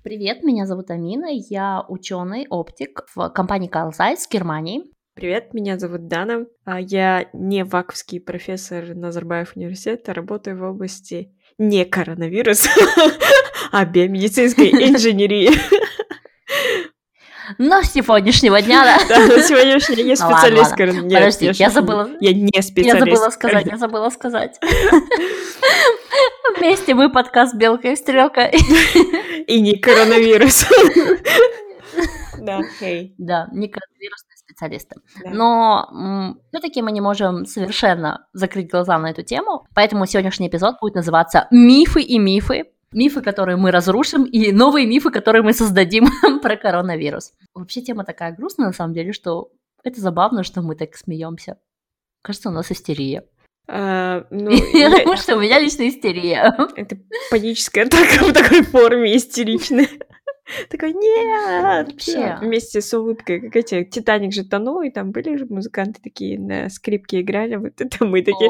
Привет, меня зовут Амина, я ученый-оптик в компании Carl Zeiss в Германии. Привет, меня зовут Дана. Я не ваковский профессор Назарбаев университета, работаю в области не коронавируса, а биомедицинской инженерии. Но с сегодняшнего дня, да? Да, на сегодняшний день я специалист. Подожди, я забыла. Я не специалист. Я забыла сказать. Вместе мы подкаст «Белка и стрелка». И не коронавирус. Да, хей. Да, не коронавирусные специалисты. Но все-таки мы не можем совершенно закрыть глаза на эту тему, поэтому сегодняшний эпизод будет называться «Мифы и мифы». Мифы, которые мы разрушим, и новые мифы, которые мы создадим про коронавирус. Вообще тема такая грустная, на самом деле, что это забавно, что мы так смеемся. Кажется, у нас истерия. Я думаю, что у меня лично истерия. Это паническая атака в такой форме, истеричная. Такой, нет! Вообще. Вместе с улыбкой. Как эти, «Титаник» же тонул, и там были же музыканты такие, на скрипке играли, вот это мы такие...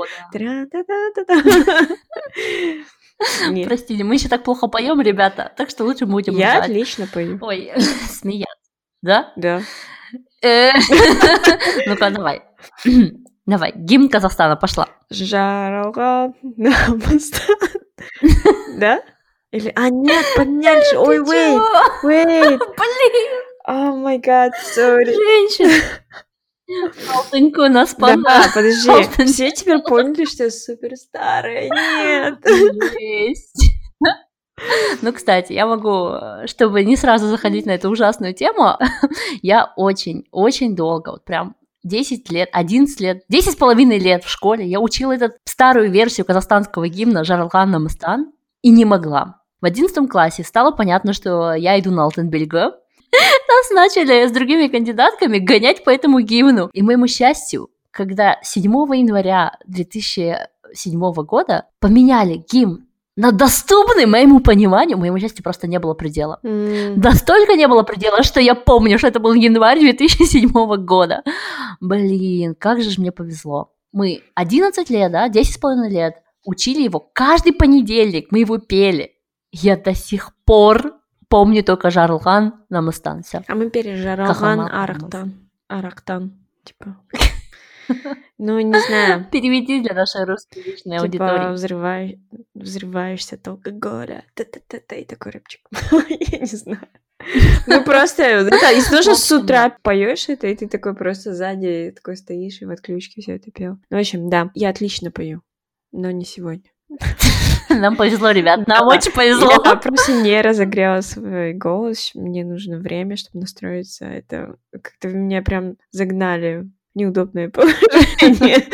Простите, мы еще так плохо поем, ребята, так что лучше будем Я ждать. отлично пою. Ой, смеяться. Да? Да. Ну-ка, давай. Давай, гимн Казахстана, пошла. Жаралған намыстан. Да? Или... А, нет, поднялись. Ой, wait. Блин. О май гад, sorry. Женщина. Алтынька у нас пора. Да, подожди. Все теперь поняли, что я супер старая. Нет. Есть. Ну, кстати, я могу, чтобы не сразу заходить на эту ужасную тему, я очень долго, вот прям 10 лет, 11 лет, 10,5 лет в школе я учила эту старую версию казахстанского гимна «Жаралған намыстан» и не могла. В 11 классе стало понятно, что я иду на Алтын белгі. Нас начали с другими кандидатками гонять по этому гимну. И моему счастью, когда 7 января 2007 года поменяли гимн на доступный моему пониманию, моему счастью просто не было предела. Настолько не было предела, что я помню, что это был январь 2007 года. Блин, как же мне повезло. Мы 11 лет, да, 10,5 лет учили его каждый понедельник, мы его пели. Я до сих пор помню только «Жаралған намыстан». А мы пели «Жаралған арақтан». Типа... Ну, не знаю. Переведи для нашей русскоязычной аудитории. Взрываешься от алкоголя. Та-та-та-та, и такой рэпчик. Я не знаю. Ну, просто, если тоже с утра поешь это, и ты такой просто сзади такой стоишь и в отключке все это пел. Ну, в общем, да, я отлично пою, но не сегодня. Нам повезло, ребят, нам очень повезло. Я просто не разогрела свой голос, мне нужно время, чтобы настроиться. Это как-то меня прям загнали в неудобное положение.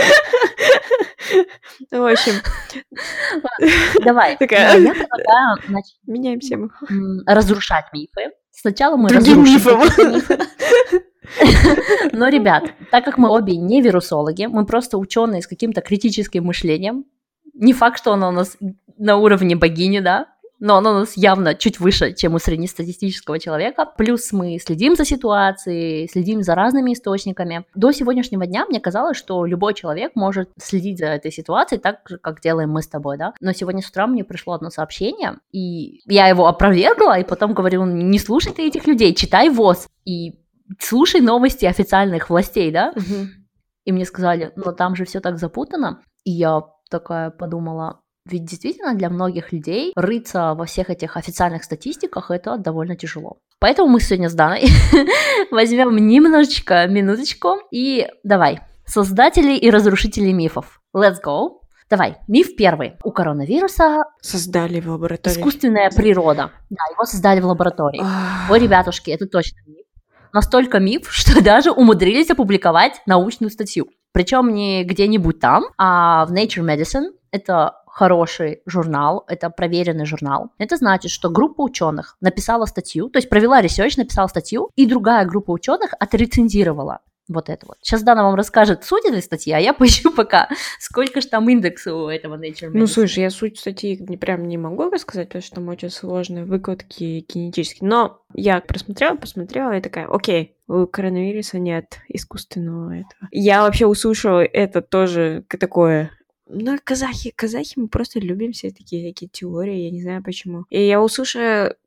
В общем... Давай, я предлагаю меняем тему. Разрушать мифы. Сначала мы разрушим мифы. Но, ребят, так как мы обе не вирусологи, мы просто ученые с каким-то критическим мышлением. Не факт, что она у нас на уровне богини, да, но она у нас явно чуть выше, чем у среднестатистического человека. Плюс мы следим за ситуацией, следим за разными источниками. До сегодняшнего дня мне казалось, что любой человек может следить за этой ситуацией так же, как делаем мы с тобой, да. Но сегодня с утра мне пришло одно сообщение, и я его опровергла, и потом говорю, не слушай ты этих людей, читай ВОЗ и слушай новости официальных властей, да. И мне сказали, но там же все так запутано. И я такая подумала, ведь действительно для многих людей рыться во всех этих официальных статистиках это довольно тяжело. Поэтому мы сегодня с Даной возьмем немножечко минуточку и давай, создатели и разрушители мифов. Let's go. Давай, миф первый. У коронавируса создали в лаборатории. Искусственная природа. Да, его создали в лаборатории. Ой, ребятушки, это точно миф. Настолько миф, что даже умудрились опубликовать научную статью. Причем не где-нибудь там, а в Nature Medicine. Это хороший журнал, это проверенный журнал. Это значит, что группа ученых написала статью, то есть провела ресерч, написала статью, и другая группа ученых отрецензировала вот это вот. Сейчас Дана вам расскажет суть этой статьи, а я поищу пока, сколько же там индекса у этого Nature Medicine. Ну, слушай, я суть статьи прям не могу рассказать, потому что там очень сложные выкладки кинетические, но я посмотрела и такая, окей, у коронавируса нет искусственного этого. Я вообще услышала это тоже такое... Ну, казахи, мы просто любим все такие теории, я не знаю почему. И я услышала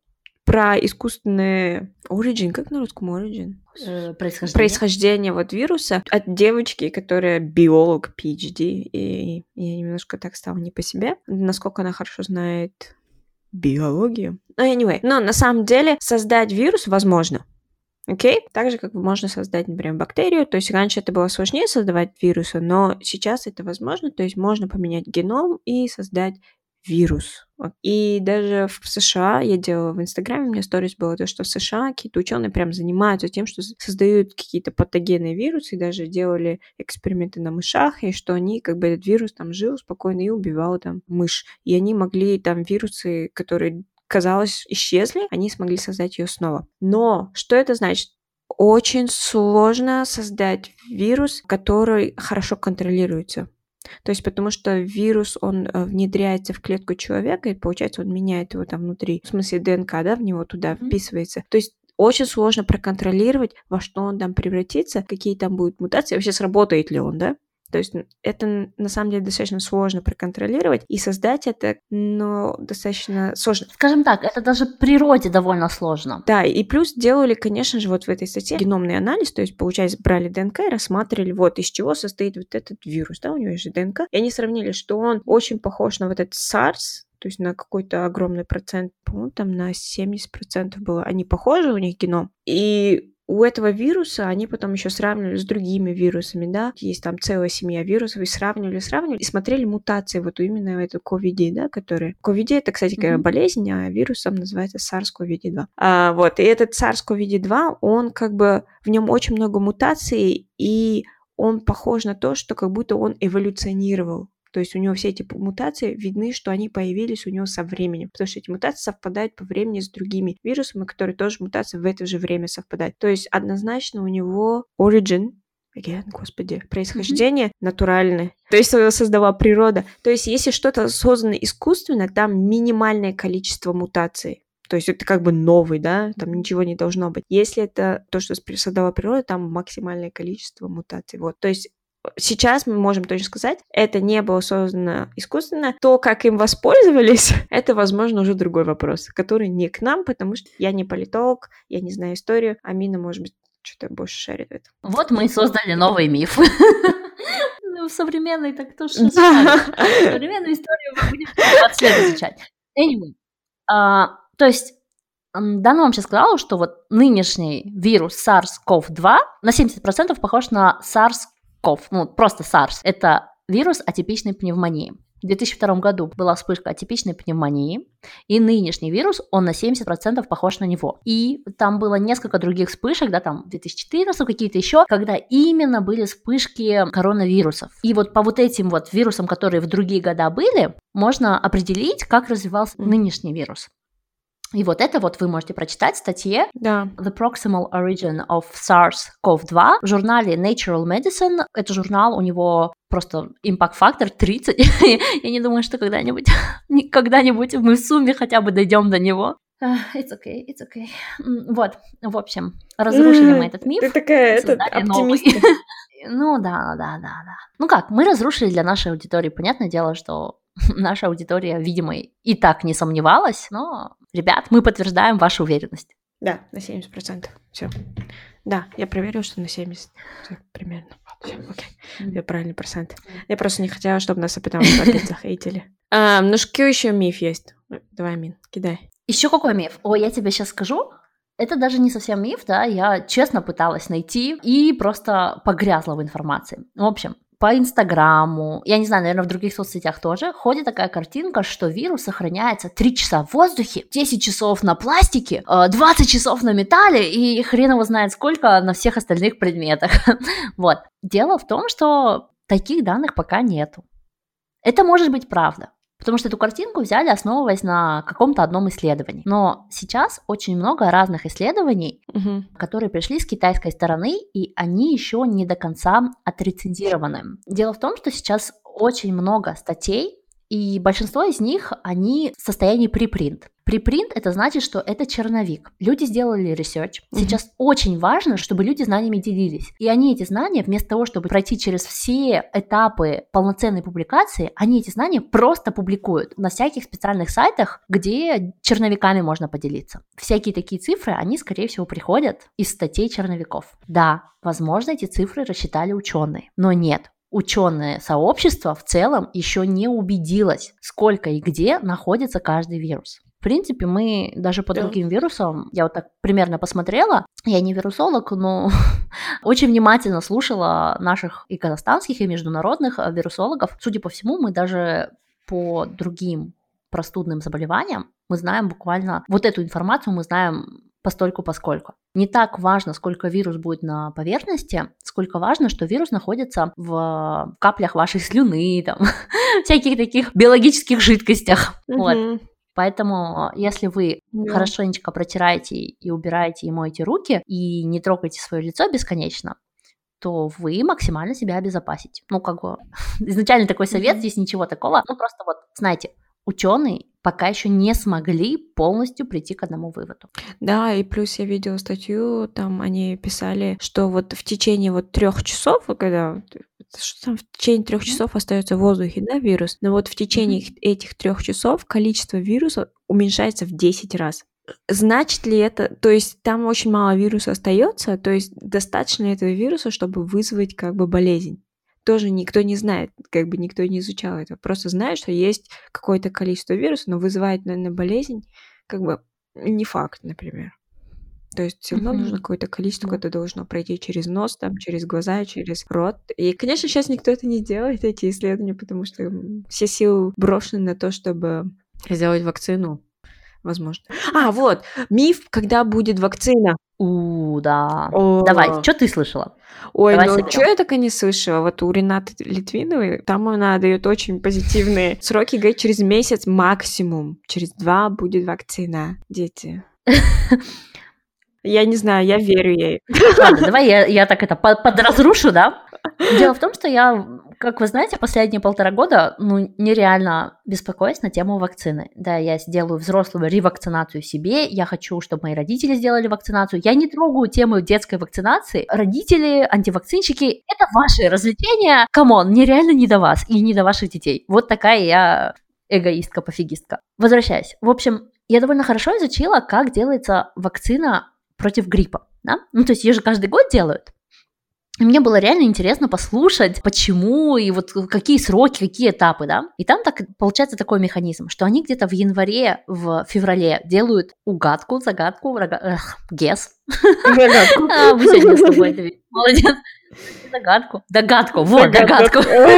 про искусственное origin, как на русском origin? Происхождение вот вируса от девочки, которая биолог, PhD, и я немножко так стала не по себе, насколько она хорошо знает биологию. Anyway, но на самом деле создать вирус возможно. Окей? Так же, как можно создать, например, бактерию. То есть раньше это было сложнее создавать вирусы, но сейчас это возможно. То есть можно поменять геном и создать вирус. И даже в США, я делала в Инстаграме, у меня сторис было то, что в США какие-то ученые прям занимаются тем, что создают какие-то патогенные вирусы, и даже делали эксперименты на мышах, и что они, как бы этот вирус там жил спокойно и убивал там мышь. И они могли там вирусы, которые, казалось, исчезли, они смогли создать ее снова. Но что это значит? Очень сложно создать вирус, который хорошо контролируется. То есть потому что вирус, он внедряется в клетку человека, и, получается, он меняет его там внутри, в смысле ДНК, да, в него туда вписывается. То есть очень сложно проконтролировать, во что он там превратится, какие там будут мутации, вообще сработает ли он, да? То есть это на самом деле достаточно сложно проконтролировать, и создать это, но достаточно сложно. Скажем так, это даже в природе довольно сложно. Да, и плюс делали, конечно же, вот в этой статье геномный анализ, то есть, получается, брали ДНК и рассматривали, вот из чего состоит вот этот вирус, да, у него есть же ДНК, и они сравнили, что он очень похож на вот этот SARS, то есть на какой-то огромный процент, по-моему, там на 70% было, они похожи, у них геном, и у этого вируса они потом еще сравнивали с другими вирусами, да, есть там целая семья вирусов, и сравнивали, и смотрели мутации вот именно в эту COVID, да, которые... COVID — это, кстати, болезнь, а вирусом называется SARS-CoV-2. Вот, и этот SARS-CoV-2, он как бы, в нем очень много мутаций, и он похож на то, что как будто он эволюционировал. То есть у него все эти мутации видны, что они появились у него со временем, потому что эти мутации совпадают по времени с другими вирусами, которые тоже мутации в это же время совпадают. То есть однозначно у него origin, происхождение натуральное. То есть его создала природа. То есть если что-то создано искусственно, там минимальное количество мутаций. То есть это как бы новый, да, там ничего не должно быть. Если это то, что создала природа, там максимальное количество мутаций. Вот. То есть сейчас мы можем точно сказать, это не было создано искусственно. То, как им воспользовались, это, возможно, уже другой вопрос, который не к нам, потому что я не политолог, я не знаю историю, а Мина, может быть, что-то больше шарит в этом. Вот мы и создали новый миф. Ну, современный, так кто же современную историю мы будем 20 лет изучать. Anyway, то есть Дана вам сейчас сказала, что вот нынешний вирус SARS-CoV-2 на 70% похож на SARS-CoV, ну, просто SARS. Это вирус атипичной пневмонии. В 2002 году была вспышка атипичной пневмонии, и нынешний вирус, он на 70% похож на него. И там было несколько других вспышек, да, там 2014, какие-то еще, когда именно были вспышки коронавирусов. И вот по вот этим вот вирусам, которые в другие года были, можно определить, как развивался нынешний вирус. И вот это вот вы можете прочитать в статье The Proximal Origin of SARS-CoV-2 в журнале Natural Medicine. Это журнал, у него просто импакт-фактор 30. Я не думаю, что когда-нибудь мы в сумме хотя бы дойдем до него. It's okay. Вот, в общем, разрушили мы этот миф. Ты такая оптимистка. Ну да. Ну как, мы разрушили для нашей аудитории. Понятное дело, что наша аудитория, видимо, и так не сомневалась, но, ребят, мы подтверждаем вашу уверенность. Да, на 70%. Все. Да, я проверила, что на 70%. Примерно. Все, окей. Я правильный процент. Я просто не хотела, чтобы нас опять захейтили. Ну, какой еще миф есть? Давай, Мин, кидай. Еще какой миф? Ой, я тебе сейчас скажу. Это даже не совсем миф, да, я честно пыталась найти и просто погрязла в информации. В общем, по Инстаграму, я не знаю, наверное, в других соцсетях тоже, ходит такая картинка, что вирус сохраняется 3 часа в воздухе, 10 часов на пластике, 20 часов на металле и хрен его знает сколько на всех остальных предметах. Вот. Дело в том, что таких данных пока нету. Это может быть правда. Потому что эту картинку взяли, основываясь на каком-то одном исследовании. Но сейчас очень много разных исследований, которые пришли с китайской стороны, и они еще не до конца отрецензированы. Дело в том, что сейчас очень много статей И большинство из них, они в состоянии препринт. Препринт — это значит, что это черновик. Люди сделали ресерч. Сейчас очень важно, чтобы люди знаниями делились. И они эти знания, вместо того, чтобы пройти через все этапы полноценной публикации, они эти знания просто публикуют на всяких специальных сайтах, где черновиками можно поделиться. Всякие такие цифры, они, скорее всего, приходят из статей черновиков. Да, возможно, эти цифры рассчитали ученые, но нет. Ученое сообщество в целом еще не убедилось, сколько и где находится каждый вирус. В принципе, мы даже по другим вирусам, я вот так примерно посмотрела, я не вирусолог, но очень внимательно слушала наших и казахстанских, и международных вирусологов. Судя по всему, мы даже по другим простудным заболеваниям, мы знаем буквально, вот эту информацию мы знаем постольку-поскольку. Не так важно, сколько вирус будет на поверхности, сколько важно, что вирус находится в каплях вашей слюны, там, всяких таких биологических жидкостях. Вот. Поэтому, если вы хорошенечко протираете и убираете и моете руки, и не трогаете свое лицо бесконечно, то вы максимально себя обезопасите. Ну, как бы, изначально такой совет, здесь ничего такого. Ну, просто вот, знаете, ученые пока еще не смогли полностью прийти к одному выводу. Да, и плюс я видела статью, там они писали, что вот в течение вот 3 часов, когда что там в течение 3 часов остается в воздухе, да, вирус, но вот в течение этих 3 часов количество вируса уменьшается в 10 раз. Значит ли это, то есть там очень мало вируса остается, то есть достаточно этого вируса, чтобы вызвать как бы болезнь? Тоже никто не знает, как бы никто не изучал это. Просто знает, что есть какое-то количество вирусов, но вызывает, наверное, болезнь, как бы не факт, например. То есть все равно нужно какое-то количество, которое должно пройти через нос, там, через глаза, через рот. И, конечно, сейчас никто это не делает, эти исследования, потому что все силы брошены на то, чтобы сделать вакцину. Возможно. Вот, миф, когда будет вакцина. Да. Давай, что ты слышала? Ой, ну что я так и не слышала? Вот у Ренаты Литвиновой, там она дает очень позитивные сроки, говорит, через месяц максимум, через 2 будет вакцина, дети. Я не знаю, я верю ей. Ладно, давай я так это подразрушу, да? Дело в том, что я, как вы знаете, последние 1,5 года, нереально беспокоюсь на тему вакцины. Да, я сделаю взрослую ревакцинацию себе, я хочу, чтобы мои родители сделали вакцинацию. Я не трогаю тему детской вакцинации. Родители, антивакцинщики, это ваши развлечения. Камон, нереально не до вас и не до ваших детей. Вот такая я эгоистка, пофигистка. Возвращаясь. В общем, я довольно хорошо изучила, как делается вакцина против гриппа, да? Ну, то есть ее же каждый год делают. И мне было реально интересно послушать, почему и вот какие сроки, какие этапы, да? И там так получается такой механизм, что они где-то в январе, в феврале делают угадку, загадку, guess. Загадку. Мы сегодня с тобой, молодец. Догадку, вот, догадку.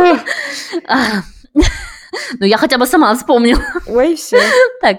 Ну, я хотя бы сама вспомнила. Ой, все. Так.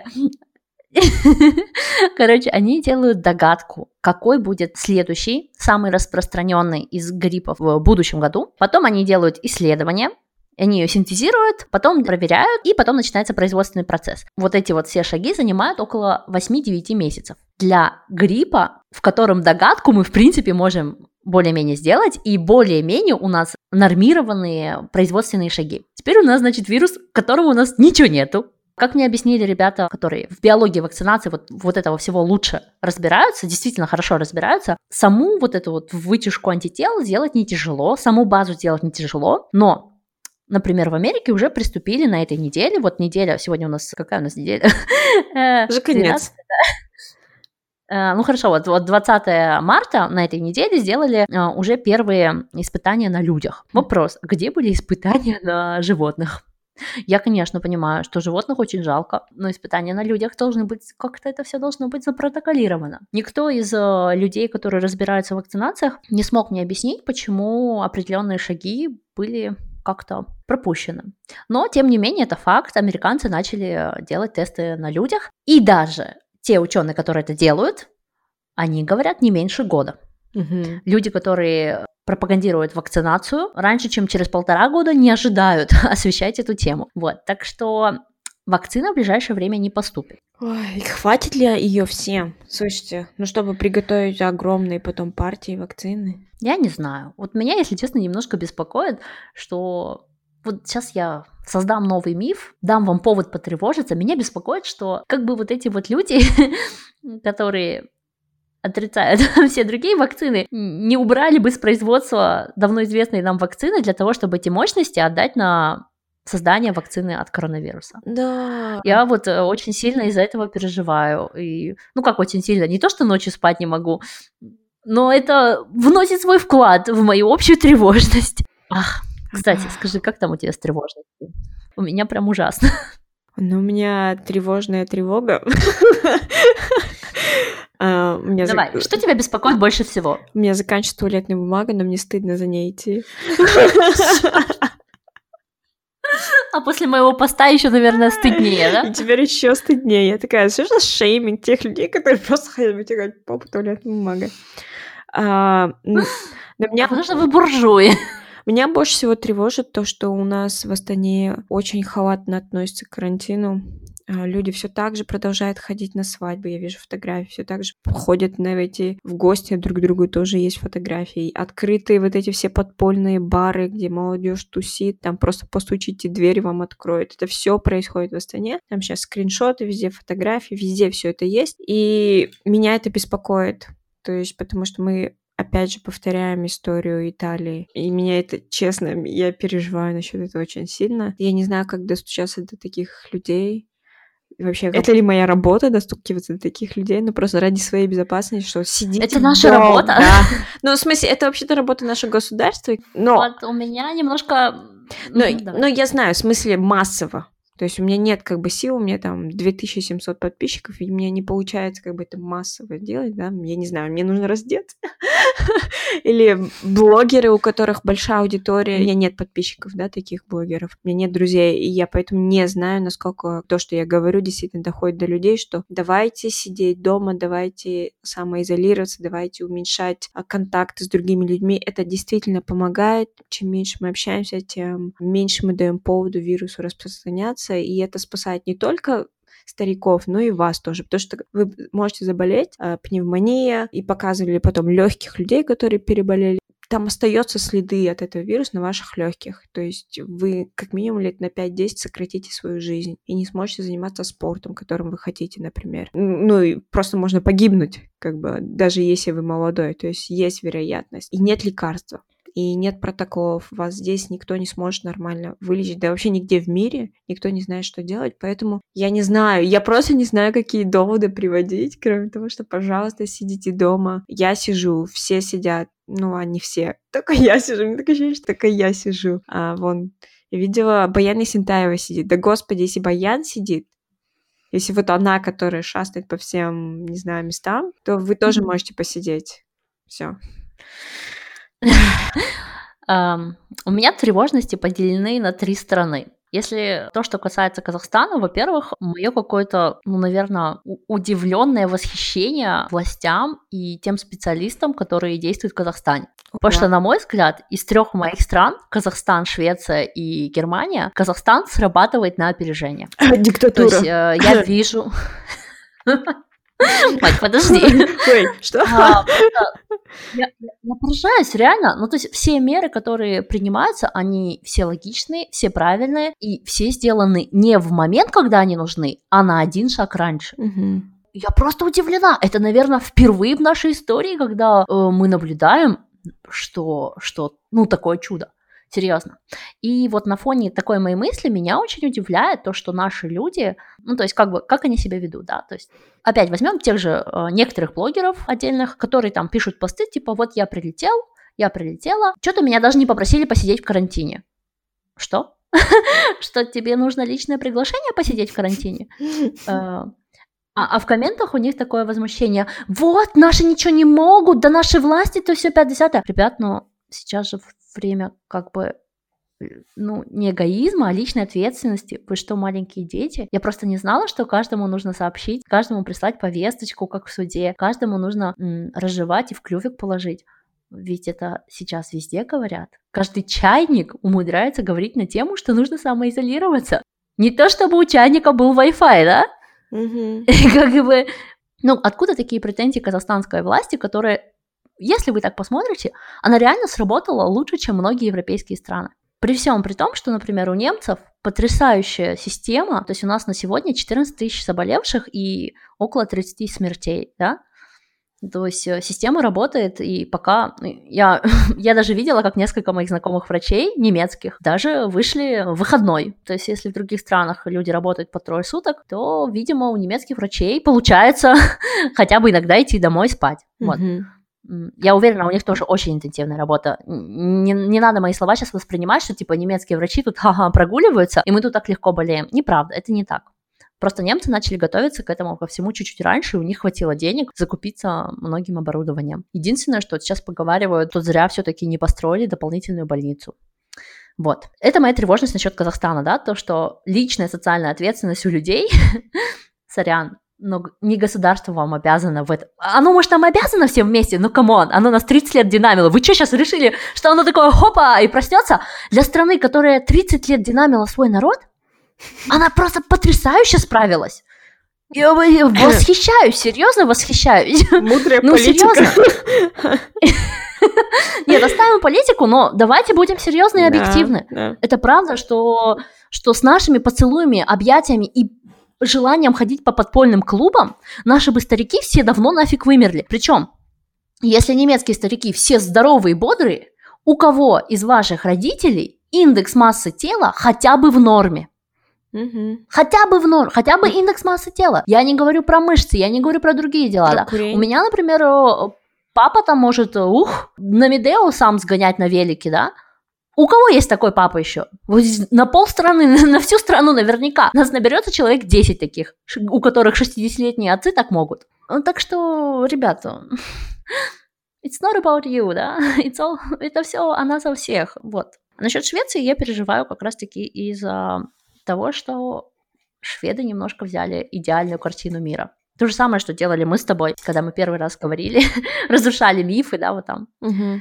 Короче, они делают догадку, какой будет следующий, самый распространенный из гриппов в будущем году. Потом они делают исследования, они ее синтезируют, потом проверяют, и потом начинается производственный процесс. Вот эти вот все шаги занимают около 8-9 месяцев. Для гриппа, в котором догадку мы, в принципе, можем более-менее сделать, и более-менее у нас нормированные производственные шаги. Теперь у нас, значит, вирус, которого у нас ничего нету. Как мне объяснили ребята, которые в биологии вакцинации вот этого всего лучше разбираются, действительно хорошо разбираются, саму вот эту вот вытяжку антител сделать не тяжело, саму базу сделать не тяжело, но, например, в Америке уже приступили на этой неделе, вот неделя, сегодня у нас, какая у нас неделя? Уже конец. Ну хорошо, вот 20 марта на этой неделе сделали уже первые испытания на людях. Вопрос, где были испытания на животных? Я, конечно, понимаю, что животных очень жалко, но испытания на людях должны быть, как-то это все должно быть запротоколировано. Никто из людей, которые разбираются в вакцинациях, не смог мне объяснить, почему определенные шаги были как-то пропущены. Но, тем не менее, это факт. Американцы начали делать тесты на людях. И даже те ученые, которые это делают, они говорят не меньше года. Люди, которые пропагандируют вакцинацию, раньше, чем через 1,5 года, не ожидают освещать эту тему. Вот, так что вакцина в ближайшее время не поступит. Ой, хватит ли ее всем? Слушайте, чтобы приготовить огромные потом партии вакцины. Я не знаю. Вот меня, если честно, немножко беспокоит, что Вот сейчас я создам новый миф, дам вам повод потревожиться. Меня беспокоит, что как бы вот эти вот люди, которые отрицают все другие вакцины, не убрали бы с производства давно известные нам вакцины для того, чтобы эти мощности отдать на создание вакцины от коронавируса. Да. Я вот очень сильно из-за этого переживаю. И, ну как очень сильно, не то, что ночью спать не могу, но это вносит свой вклад в мою общую тревожность. Ах, кстати, скажи, как там у тебя с тревожностью? У меня прям ужасно. Ну, у меня тревожная тревога. Давай, что тебя беспокоит больше всего? У меня заканчивается туалетная бумага, но мне стыдно за ней идти. А после моего поста еще, наверное, стыднее, да? И теперь еще стыднее. Я такая, что за шейминг тех людей, которые просто хотят вытирать попу туалетной бумагой. Потому что вы буржуи. Меня больше всего тревожит то, что у нас в Астане очень халатно относятся к карантину. Люди все так же продолжают ходить на свадьбы, я вижу фотографии, все так же ходят в гости друг к другу, тоже есть фотографии. Открытые вот эти все подпольные бары, где молодежь тусит, там просто постучите, дверь вам откроют. Это все происходит в Астане. Там сейчас скриншоты, везде фотографии, везде все это есть. И меня это беспокоит. То есть, потому что мы опять же повторяем историю Италии. И меня это, честно, я переживаю насчет этого очень сильно. Я не знаю, как достучаться до таких людей. И вообще, это ли моя работа достукиваться до таких людей? Ну, просто ради своей безопасности, что сидите Это наша дома. работа. Да. Ну, в смысле, это вообще-то работа нашего государства. Но... Вот у меня немножко... Но я знаю, в смысле массово. То есть у меня нет как бы сил, у меня там 2700 подписчиков, и мне не получается как бы это массово делать, да, я не знаю, мне нужно раздеться. Или блогеры, у которых большая аудитория, у меня нет подписчиков, да, таких блогеров, у меня нет друзей, и я поэтому не знаю, насколько то, что я говорю, действительно доходит до людей, что давайте сидеть дома, давайте самоизолироваться, давайте уменьшать контакты с другими людьми, это действительно помогает, чем меньше мы общаемся, тем меньше мы даем поводу вирусу распространяться, и это спасает не только стариков, но и вас тоже, потому что вы можете заболеть, пневмония, и показывали потом легких людей, которые переболели. Там остаются следы от этого вируса на ваших легких, то есть вы как минимум лет на 5-10 сократите свою жизнь и не сможете заниматься спортом, которым вы хотите, например. Ну и просто можно погибнуть, как бы, даже если вы молодой, то есть есть вероятность. И нет лекарства. И нет протоколов, вас здесь никто не сможет нормально вылечить, да вообще нигде в мире никто не знает, что делать, поэтому я не знаю, я просто не знаю, какие доводы приводить, кроме того, что, пожалуйста, сидите дома. Я сижу, все сидят, ну, а не все, только я сижу, мне такое ощущение, что только я сижу. Вон, я видела, Баян Есентаева сидит, да господи, если Баян сидит, если вот она, которая шастает по всем, не знаю, местам, то вы тоже можете посидеть. Все. У меня тревожности поделены на 3 стороны. Если то, что касается Казахстана, во-первых, мое какое-то, ну, наверное, удивленное восхищение властям и тем специалистам, которые действуют в Казахстане. Потому что, на мой взгляд, из 3 моих стран, Казахстан, Швеция и Германия, Казахстан срабатывает на опережение. Диктатура. То есть я вижу... Мать, подожди. Ой, что? Я поражаюсь, реально. Ну, то есть все меры, которые принимаются, они все логичные, все правильные, и все сделаны не в момент, когда они нужны, а на один шаг раньше. Угу. Я просто удивлена. Это, наверное, впервые в нашей истории, когда мы наблюдаем, что ну, такое чудо. Серьезно. И вот на фоне такой моей мысли меня очень удивляет то, что наши люди, ну, то есть как они себя ведут, да, то есть опять возьмем тех же некоторых блогеров отдельных, которые там пишут посты, типа, вот я прилетела, что-то меня даже не попросили посидеть в карантине. Что? Что тебе нужно личное приглашение посидеть в карантине? А в комментах у них такое возмущение. Вот, наши ничего не могут, да наши власти, то все 50-е. Ребят, ну, сейчас же время как бы, ну, не эгоизма, а личной ответственности. Вы что, маленькие дети? Я просто не знала, что каждому нужно сообщить, каждому прислать повесточку, как в суде, каждому нужно разжевать и в клювик положить. Ведь это сейчас везде говорят. Каждый чайник умудряется говорить на тему, что нужно самоизолироваться. Не то, чтобы у чайника был Wi-Fi, да? Как бы, ну, откуда такие претензии казахстанской власти, которые... Если вы так посмотрите, она реально сработала лучше, чем многие европейские страны. При всем при том, что, например, у немцев потрясающая система, то есть у нас на сегодня 14 тысяч заболевших и около 30 смертей, да? То есть система работает, и пока... Я даже видела, как несколько моих знакомых врачей немецких даже вышли в выходной. То есть если в других странах люди работают по 3 суток, то, видимо, у немецких врачей получается хотя бы иногда идти домой спать. Вот. Я уверена, у них тоже очень интенсивная работа. Не надо мои слова сейчас воспринимать, что типа немецкие врачи тут прогуливаются, и мы тут так легко болеем. Неправда, это не так. Просто немцы начали готовиться к этому ко всему чуть-чуть раньше, и у них хватило денег закупиться многим оборудованием. Единственное, что сейчас поговаривают, тут зря все-таки не построили дополнительную больницу. Вот. Это моя тревожность насчет Казахстана, да, то, что личная социальная ответственность у людей, сорян, но не государство вам обязано в этом. Оно, может, нам обязано всем вместе, но камон, оно нас 30 лет динамило. Вы что, сейчас решили, что оно такое хопа и проснется? Для страны, которая 30 лет динамила свой народ, она просто потрясающе справилась. Я восхищаюсь, серьезно восхищаюсь. Мудрая политика. Серьезно. Нет, оставим политику, но давайте будем серьезны и объективны. Это правда, что с нашими поцелуями, объятиями и желанием ходить по подпольным клубам наши бы старики все давно нафиг вымерли. Причем, если немецкие старики все здоровые и бодрые, у кого из ваших родителей индекс массы тела хотя бы в норме? Хотя бы в норме, хотя бы индекс массы тела. Я не говорю про мышцы, я не говорю про другие дела. Да. У меня, например, папа там может на Медео сам сгонять на велике, да? У кого есть такой папа еще? На полстраны, на всю страну наверняка. У нас наберется человек 10 таких, у которых 60-летние отцы так могут. Так что, ребята, it's not about you, да? Это все о нас, о всех. Вот. Насчет Швеции я переживаю как раз-таки из-за того, что шведы немножко взяли идеальную картину мира. То же самое, что делали мы с тобой, когда мы первый раз говорили, разрушали мифы, да, вот там.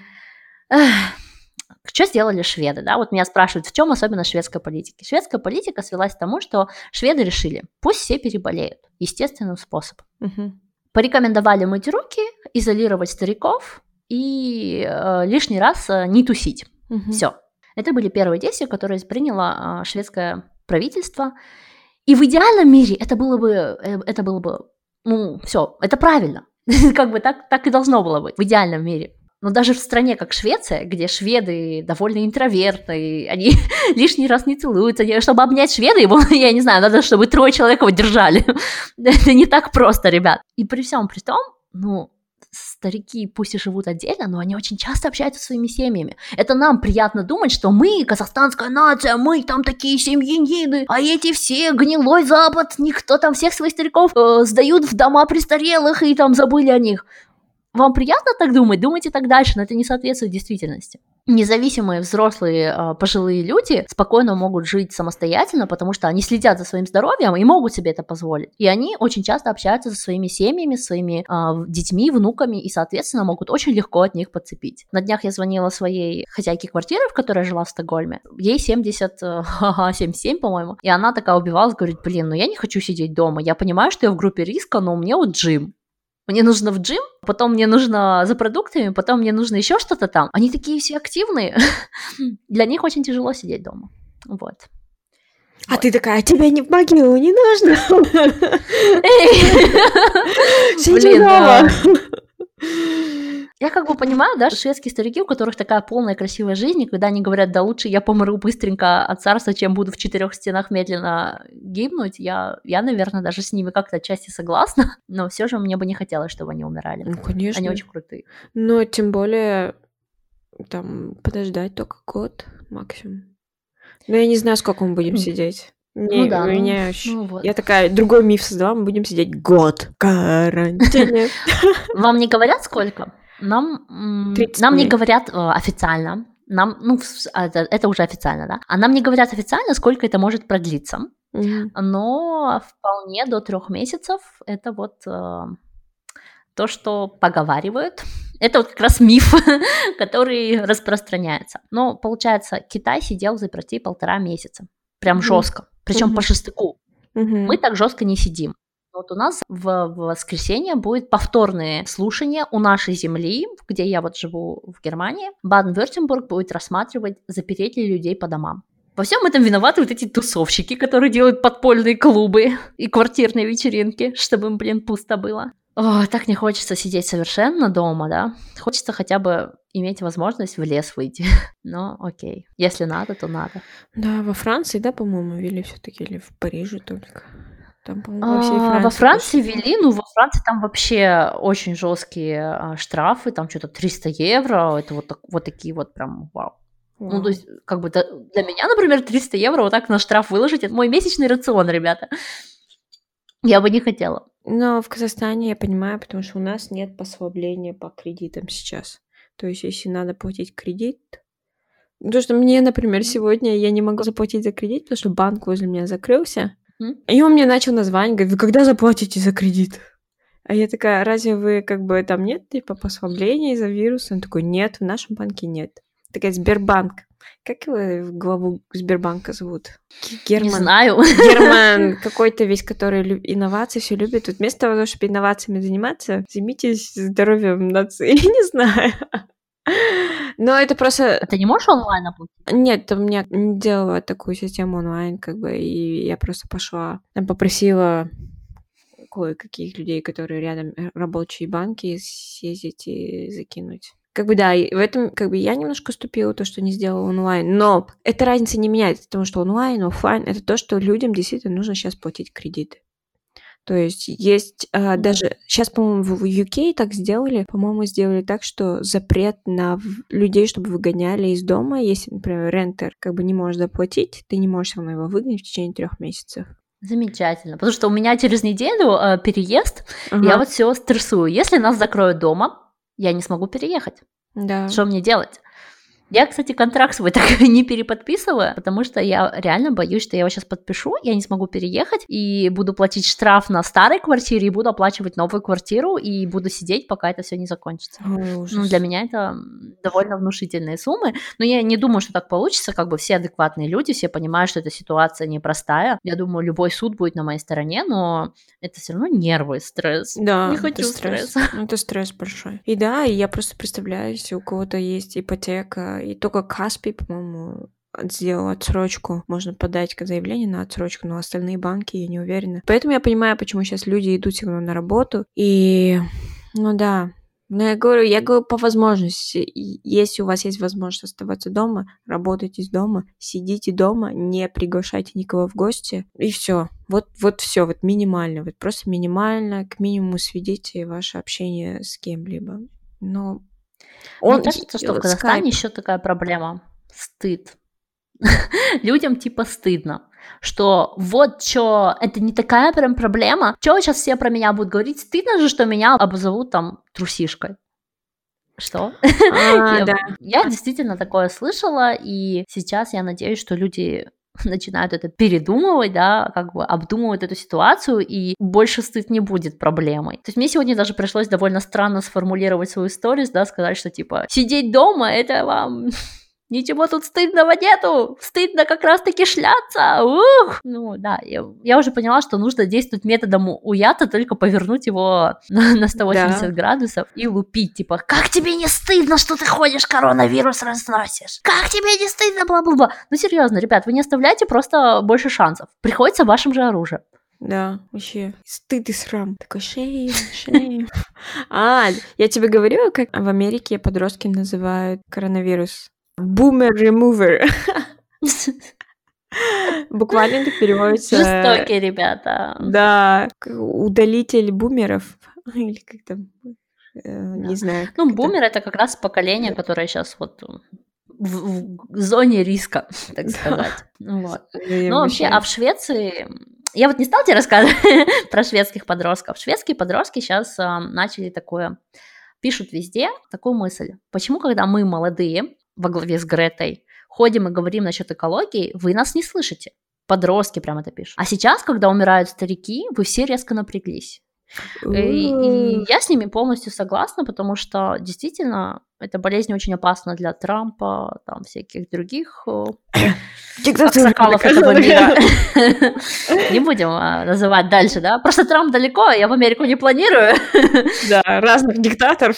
Что сделали шведы, да? Вот меня спрашивают, в чем особенность шведской политики? Шведская политика свелась к тому, что шведы решили, пусть все переболеют естественным способом. Порекомендовали мыть руки, изолировать стариков и лишний раз не тусить. Все. Это были первые действия, которые приняло шведское правительство. И в идеальном мире это было бы, ну, все, это правильно. Как бы так и должно было быть в идеальном мире. Но даже в стране, как Швеция, где шведы довольно интровертные, они лишний раз не целуются. Чтобы обнять шведа, я не знаю, надо, чтобы 3 человек его держали. Это не так просто, ребят. И при всем при том, ну, старики пусть и живут отдельно, но они очень часто общаются со своими семьями. Это нам приятно думать, что мы, казахстанская нация, мы там такие семьянины, а эти все гнилой Запад, никто там всех своих стариков сдают в дома престарелых и там забыли о них. Вам приятно так думать? Думайте так дальше, но это не соответствует действительности. Независимые взрослые пожилые люди спокойно могут жить самостоятельно, потому что они следят за своим здоровьем и могут себе это позволить. И они очень часто общаются со своими семьями, своими детьми, внуками, и, соответственно, могут очень легко от них подцепить. На днях я звонила своей хозяйке квартиры, в которой я жила в Стокгольме. Ей 77, по-моему. И она такая убивалась, говорит, блин, ну я не хочу сидеть дома. Я понимаю, что я в группе риска, но у меня вот джим. Мне нужно в джим, потом мне нужно за продуктами, потом мне нужно еще что-то там. Они такие все активные. Для них очень тяжело сидеть дома. Вот. А ты такая, тебе не в могилу не нужно? Сиди дома. Я как бы понимаю, да, что шведские старики, у которых такая полная красивая жизнь, и когда они говорят, да лучше я помру быстренько от царства, чем буду в 4 стенах медленно гибнуть, я, наверное, даже с ними как-то отчасти согласна, но все же мне бы не хотелось, чтобы они умирали. Ну, конечно. Они очень крутые. Но тем более, там, подождать только год максимум. Ну, я не знаю, сколько мы будем сидеть. Ну да, Я такая, другой миф создала, мы будем сидеть год в карантине. Вам не говорят сколько? Нам не говорят официально. Это уже официально, да? А нам не говорят официально, сколько это может продлиться. Но вполне до 3 месяцев это вот то, что поговаривают. Это вот как раз миф, который распространяется. Но, получается, Китай сидел взаперти 1,5 месяца. Прям жестко. Причем по шестыку. Мы так жестко не сидим. Вот у нас в воскресенье будет повторное слушание у нашей земли, где я вот живу в Германии. Баден-Вюртемберг будет рассматривать, запереть ли людей по домам. Во всем этом виноваты вот эти тусовщики, которые делают подпольные клубы и квартирные вечеринки, чтобы им, пусто было. О, так не хочется сидеть совершенно дома, да? Хочется хотя бы иметь возможность в лес выйти. Но окей, если надо, то надо. Да, во Франции, да, по-моему, ввели все-таки, или в Париже только. Там, по-моему, во всей Франции. Во Франции ввели, во Франции там вообще очень жесткие штрафы, там что-то 300 евро, это вот такие вот прям вау. Ну, то есть, как бы для меня, например, 300 евро вот так на штраф выложить, это мой месячный рацион, ребята. Я бы не хотела. Но в Казахстане я понимаю, потому что у нас нет послабления по кредитам сейчас. То есть, если надо платить кредит... Потому что мне, например, сегодня я не могу заплатить за кредит, потому что банк возле меня закрылся. И он мне начал названивать, говорит, вы когда заплатите за кредит? А я такая, разве вы как бы там нет типа послабления из-за вируса? Он такой, нет, в нашем банке нет. Такая, Сбербанк. Как его главу Сбербанка зовут? Герман. Не знаю. Герман какой-то весь, который инновации все любит. Вот вместо того, чтобы инновациями заниматься, займитесь здоровьем нации. Я не знаю. Но это просто... А ты не можешь онлайн оплатить? Нет, у меня не делала такую систему онлайн, как бы, и я просто пошла, там попросила кое-каких людей, которые рядом рабочие банки, съездить и закинуть. Как бы да, и в этом как бы я немножко уступила то, что не сделала онлайн, но эта разница не меняется, потому что онлайн, офлайн — это то, что людям действительно нужно сейчас платить кредиты. То есть даже сейчас, по-моему, в UK так сделали, сделали так, что запрет на людей, чтобы выгоняли из дома, если, например, рентер как бы не может заплатить, ты не можешь равно его выгнать в течение 3 месяцев. Замечательно, потому что у меня через неделю переезд, я вот все стрессую. Если нас закроют дома, я не смогу переехать. Да. Что мне делать? Я, кстати, контракт свой так не переподписываю, потому что я реально боюсь, что я его сейчас подпишу, я не смогу переехать, и буду платить штраф на старой квартире, и буду оплачивать новую квартиру, и буду сидеть, пока это все не закончится. Ой, ну, для меня это довольно внушительные суммы, но я не думаю, что так получится, как бы все адекватные люди, все понимают, что эта ситуация непростая. Я думаю, любой суд будет на моей стороне, но это все равно нервы, стресс. Да, не хочу стресса. Это стресс большой. И да, и я просто представляю, если у кого-то есть ипотека, и только Каспий, по-моему, сделал отсрочку. Можно подать заявление на отсрочку, но остальные банки я не уверена. Поэтому я понимаю, почему сейчас люди идут все равно на работу. И, да. Но я говорю по возможности. Если у вас есть возможность оставаться дома, работайте из дома, сидите дома, не приглашайте никого в гости. И все. Вот все, вот минимально. Вот просто минимально, к минимуму сведите ваше общение с кем-либо. Но мне кажется, что в Казахстане еще такая проблема. Стыд. Людям типа стыдно, что вот что, это не такая прям проблема. Что сейчас все про меня будут говорить? Стыдно же, что меня обзовут там трусишкой. Что? Я действительно такое слышала, и сейчас я надеюсь, что люди начинают это передумывать, да, как бы обдумывают эту ситуацию, и больше стыд не будет проблемой. То есть мне сегодня даже пришлось довольно странно сформулировать свою сторис, да, сказать, что типа сидеть дома, это вам... Ничего тут стыдного нету, стыдно как раз-таки шляться, ух! Ну да, я уже поняла, что нужно действовать методом уята, только повернуть его на 180 градусов и лупить, типа, как тебе не стыдно, что ты ходишь, коронавирус разносишь? Как тебе не стыдно, бла-бла-бла? Ну серьезно, ребят, вы не оставляйте просто больше шансов, приходится вашим же оружием. Да, вообще, стыд и срам. Такой шейм. Я тебе говорила, как в Америке подростки называют коронавирус? Бумер-ремувер. Буквально это переводится... Жестокие ребята. Да, удалитель бумеров. Или как там... Не знаю. Ну, бумер — это как раз поколение, которое сейчас вот в зоне риска, так сказать. Вот. Ну, вообще, а в Швеции... Я вот не стала тебе рассказывать про шведских подростков. Шведские подростки сейчас начали такое... Пишут везде такую мысль. Почему, когда мы молодые, во главе с Гретой, ходим и говорим насчет экологии, вы нас не слышите? Подростки прям это пишут. А сейчас, когда умирают старики, вы все резко напряглись. И я с ними полностью согласна, потому что действительно эта болезнь очень опасна для Трампа, там всяких других аксакалов этого мира. Не будем называть дальше, да? Просто Трамп далеко, я в Америку не планирую. Да, разных диктаторов.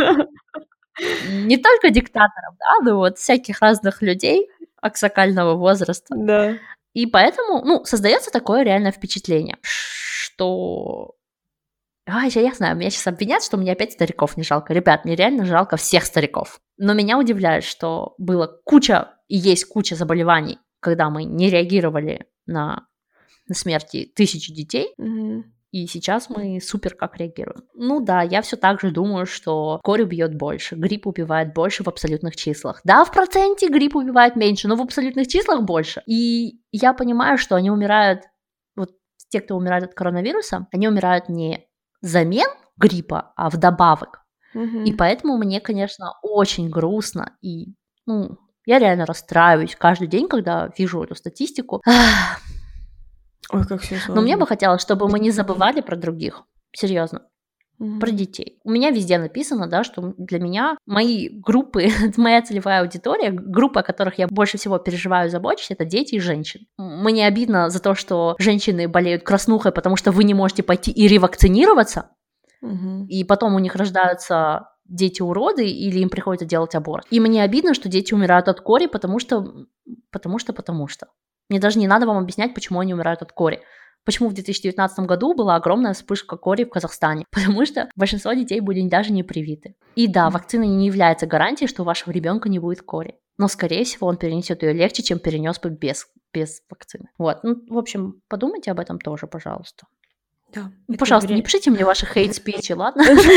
Не только диктаторов, да, но вот всяких разных людей аксакального возраста. Да. И поэтому, создается такое реальное впечатление, что... я знаю, меня сейчас обвинят, что мне опять стариков не жалко. Ребят, мне реально жалко всех стариков. Но меня удивляет, что было куча и есть куча заболеваний, когда мы не реагировали на смерти тысячи детей, и сейчас мы супер как реагируем. Ну да, я все так же думаю, что кори убьет больше, грипп убивает больше в абсолютных числах. Да, в проценте грипп убивает меньше, но в абсолютных числах больше. И я понимаю, что они умирают, вот те, кто умирает от коронавируса, они умирают не взамен гриппа, а вдобавок. И поэтому мне, конечно, очень грустно, и, я реально расстраиваюсь каждый день, когда вижу эту статистику. Ой, как все сложно. Но мне бы хотелось, чтобы мы не забывали про других, серьезно, про детей. У меня везде написано, да, что для меня мои группы, моя целевая аудитория, группы, о которых я больше всего переживаю и забочусь, это дети и женщины. Мне обидно за то, что женщины болеют краснухой, потому что вы не можете пойти и ревакцинироваться, и потом у них рождаются дети-уроды, или им приходится делать аборт. И мне обидно, что дети умирают от кори, потому что. Мне даже не надо вам объяснять, почему они умирают от кори. Почему в 2019 году была огромная вспышка кори в Казахстане? Потому что большинство детей были даже не привиты. И да, вакцина не является гарантией, что у вашего ребенка не будет кори. Но, скорее всего, он перенесет ее легче, чем перенес бы без вакцины. Вот. В общем, подумайте об этом тоже, пожалуйста. Да, пожалуйста, не пишите мне ваши хейт-спичи, ладно?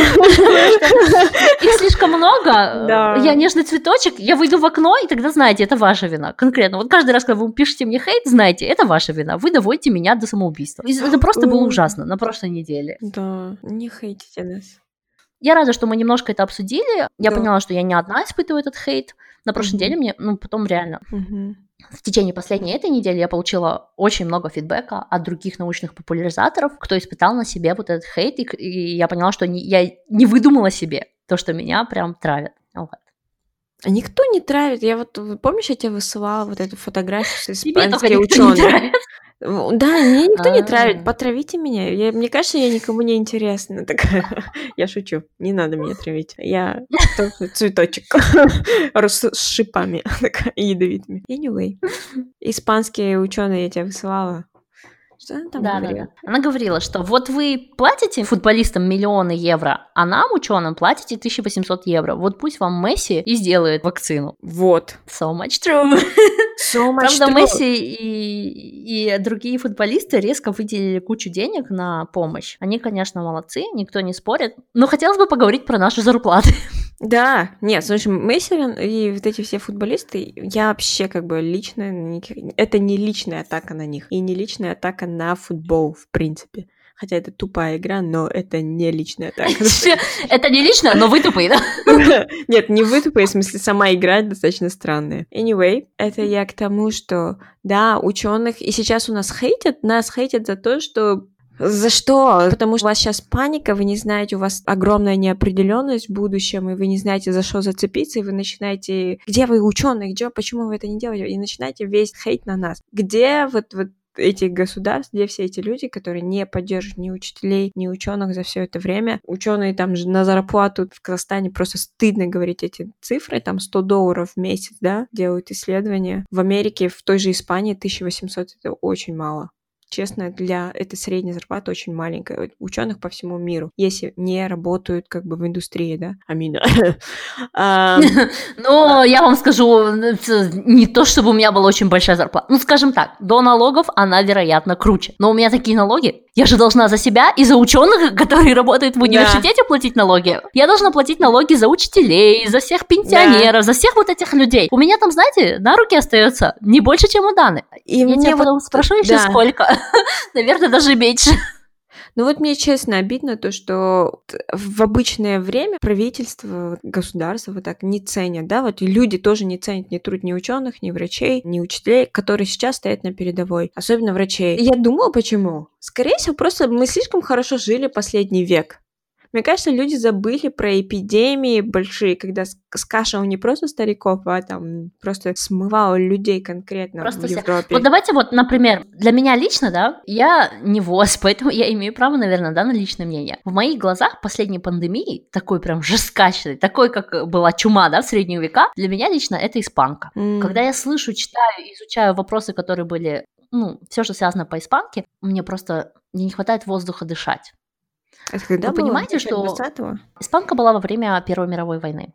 Их слишком много. Я нежный цветочек, я выйду в окно, и тогда знаете, это ваша вина. Конкретно. Вот каждый раз, когда вы пишете мне хейт, знаете, это ваша вина. Вы доводите меня до самоубийства. Это просто было ужасно на прошлой неделе. Да, не хейтите нас. Я рада, что мы немножко это обсудили. Я поняла, что я не одна испытываю этот хейт. На прошлой неделе мне, потом реально... В течение последней этой недели я получила очень много фидбэка от других научных популяризаторов, кто испытал на себе вот этот хейт, и я поняла, что я не выдумала себе то, что меня прям травят. Вот. А никто не травит. Помнишь, я тебе высылала вот эту фотографию с испанскими учеными? Да, мне никто не травит. Потравите меня. Мне кажется, я никому не интересна. Я шучу. Не надо меня травить. Я цветочек с шипами ядовитыми. Anyway. Испанские ученые я тебе высылала. Что она там говорила? Она говорила, что вот вы платите футболистам миллионы евро, а нам, ученым, платите 1800 евро. Вот пусть вам Месси и сделает вакцину. Вот. So much true. Правда, Месси и другие футболисты резко выделили кучу денег на помощь. Они, конечно, молодцы, никто не спорит. Но хотелось бы поговорить про наши зарплаты. Да, нет, слушай, Месси и вот эти все футболисты, я вообще лично, это не личная атака на них, и не личная атака на футбол, в принципе. Хотя это тупая игра, но это не личная атака. Это не лично, но вы тупые, да? Нет, не вы тупые, в смысле, сама игра достаточно странная. Anyway, это я к тому, что, да, ученых, и сейчас нас хейтят за то, что... За что? Потому что у вас сейчас паника, вы не знаете, у вас огромная неопределенность в будущем, и вы не знаете, за что зацепиться, и вы начинаете... Где вы, ученые? Почему вы это не делаете? И начинаете весь хейт на нас. Где вот эти государства, где все эти люди, которые не поддерживают ни учителей, ни ученых за все это время. Ученые там же на зарплату в Казахстане просто стыдно говорить эти цифры, там $100 в месяц, да, делают исследования. В Америке, в той же Испании 1800 это очень мало. Честно, для этой средней зарплаты очень маленькая. Ученых по всему миру, если не работают в индустрии, да? Амина. Но я вам скажу, не то, чтобы у меня была очень большая зарплата. Скажем так, до налогов она, вероятно, круче. Но у меня такие налоги. Я же должна за себя и за ученых, которые работают в университете, платить налоги. Я должна платить налоги за учителей, за всех пенсионеров, за всех вот этих людей. У меня там, знаете, на руки остается не больше чемоданы. И я тебя потом спрошу еще сколько. Наверное, даже меньше. Мне честно обидно то, что в обычное время правительство, государство так не ценят, да, и люди тоже не ценят ни труд ни ученых, ни врачей, ни учителей, которые сейчас стоят на передовой, особенно врачей. И я думала, почему? Скорее всего, просто мы слишком хорошо жили последний век. Мне кажется, люди забыли про эпидемии большие, когда скашивал не просто стариков, а там просто смывал людей конкретно Просто в Европе. Вот давайте вот, например, для меня лично, да, я не ВОЗ, поэтому я имею право, наверное, да, на личное мнение. В моих глазах последней пандемии, такой прям жесткачной, такой, как была чума, да, в средние века, для меня лично это испанка. Когда я слышу, читаю, изучаю вопросы, которые были, все, что связано по испанке, мне просто не хватает воздуха дышать. Это когда Вы было? понимаете, что 20-го? испанка была во время Первой мировой войны.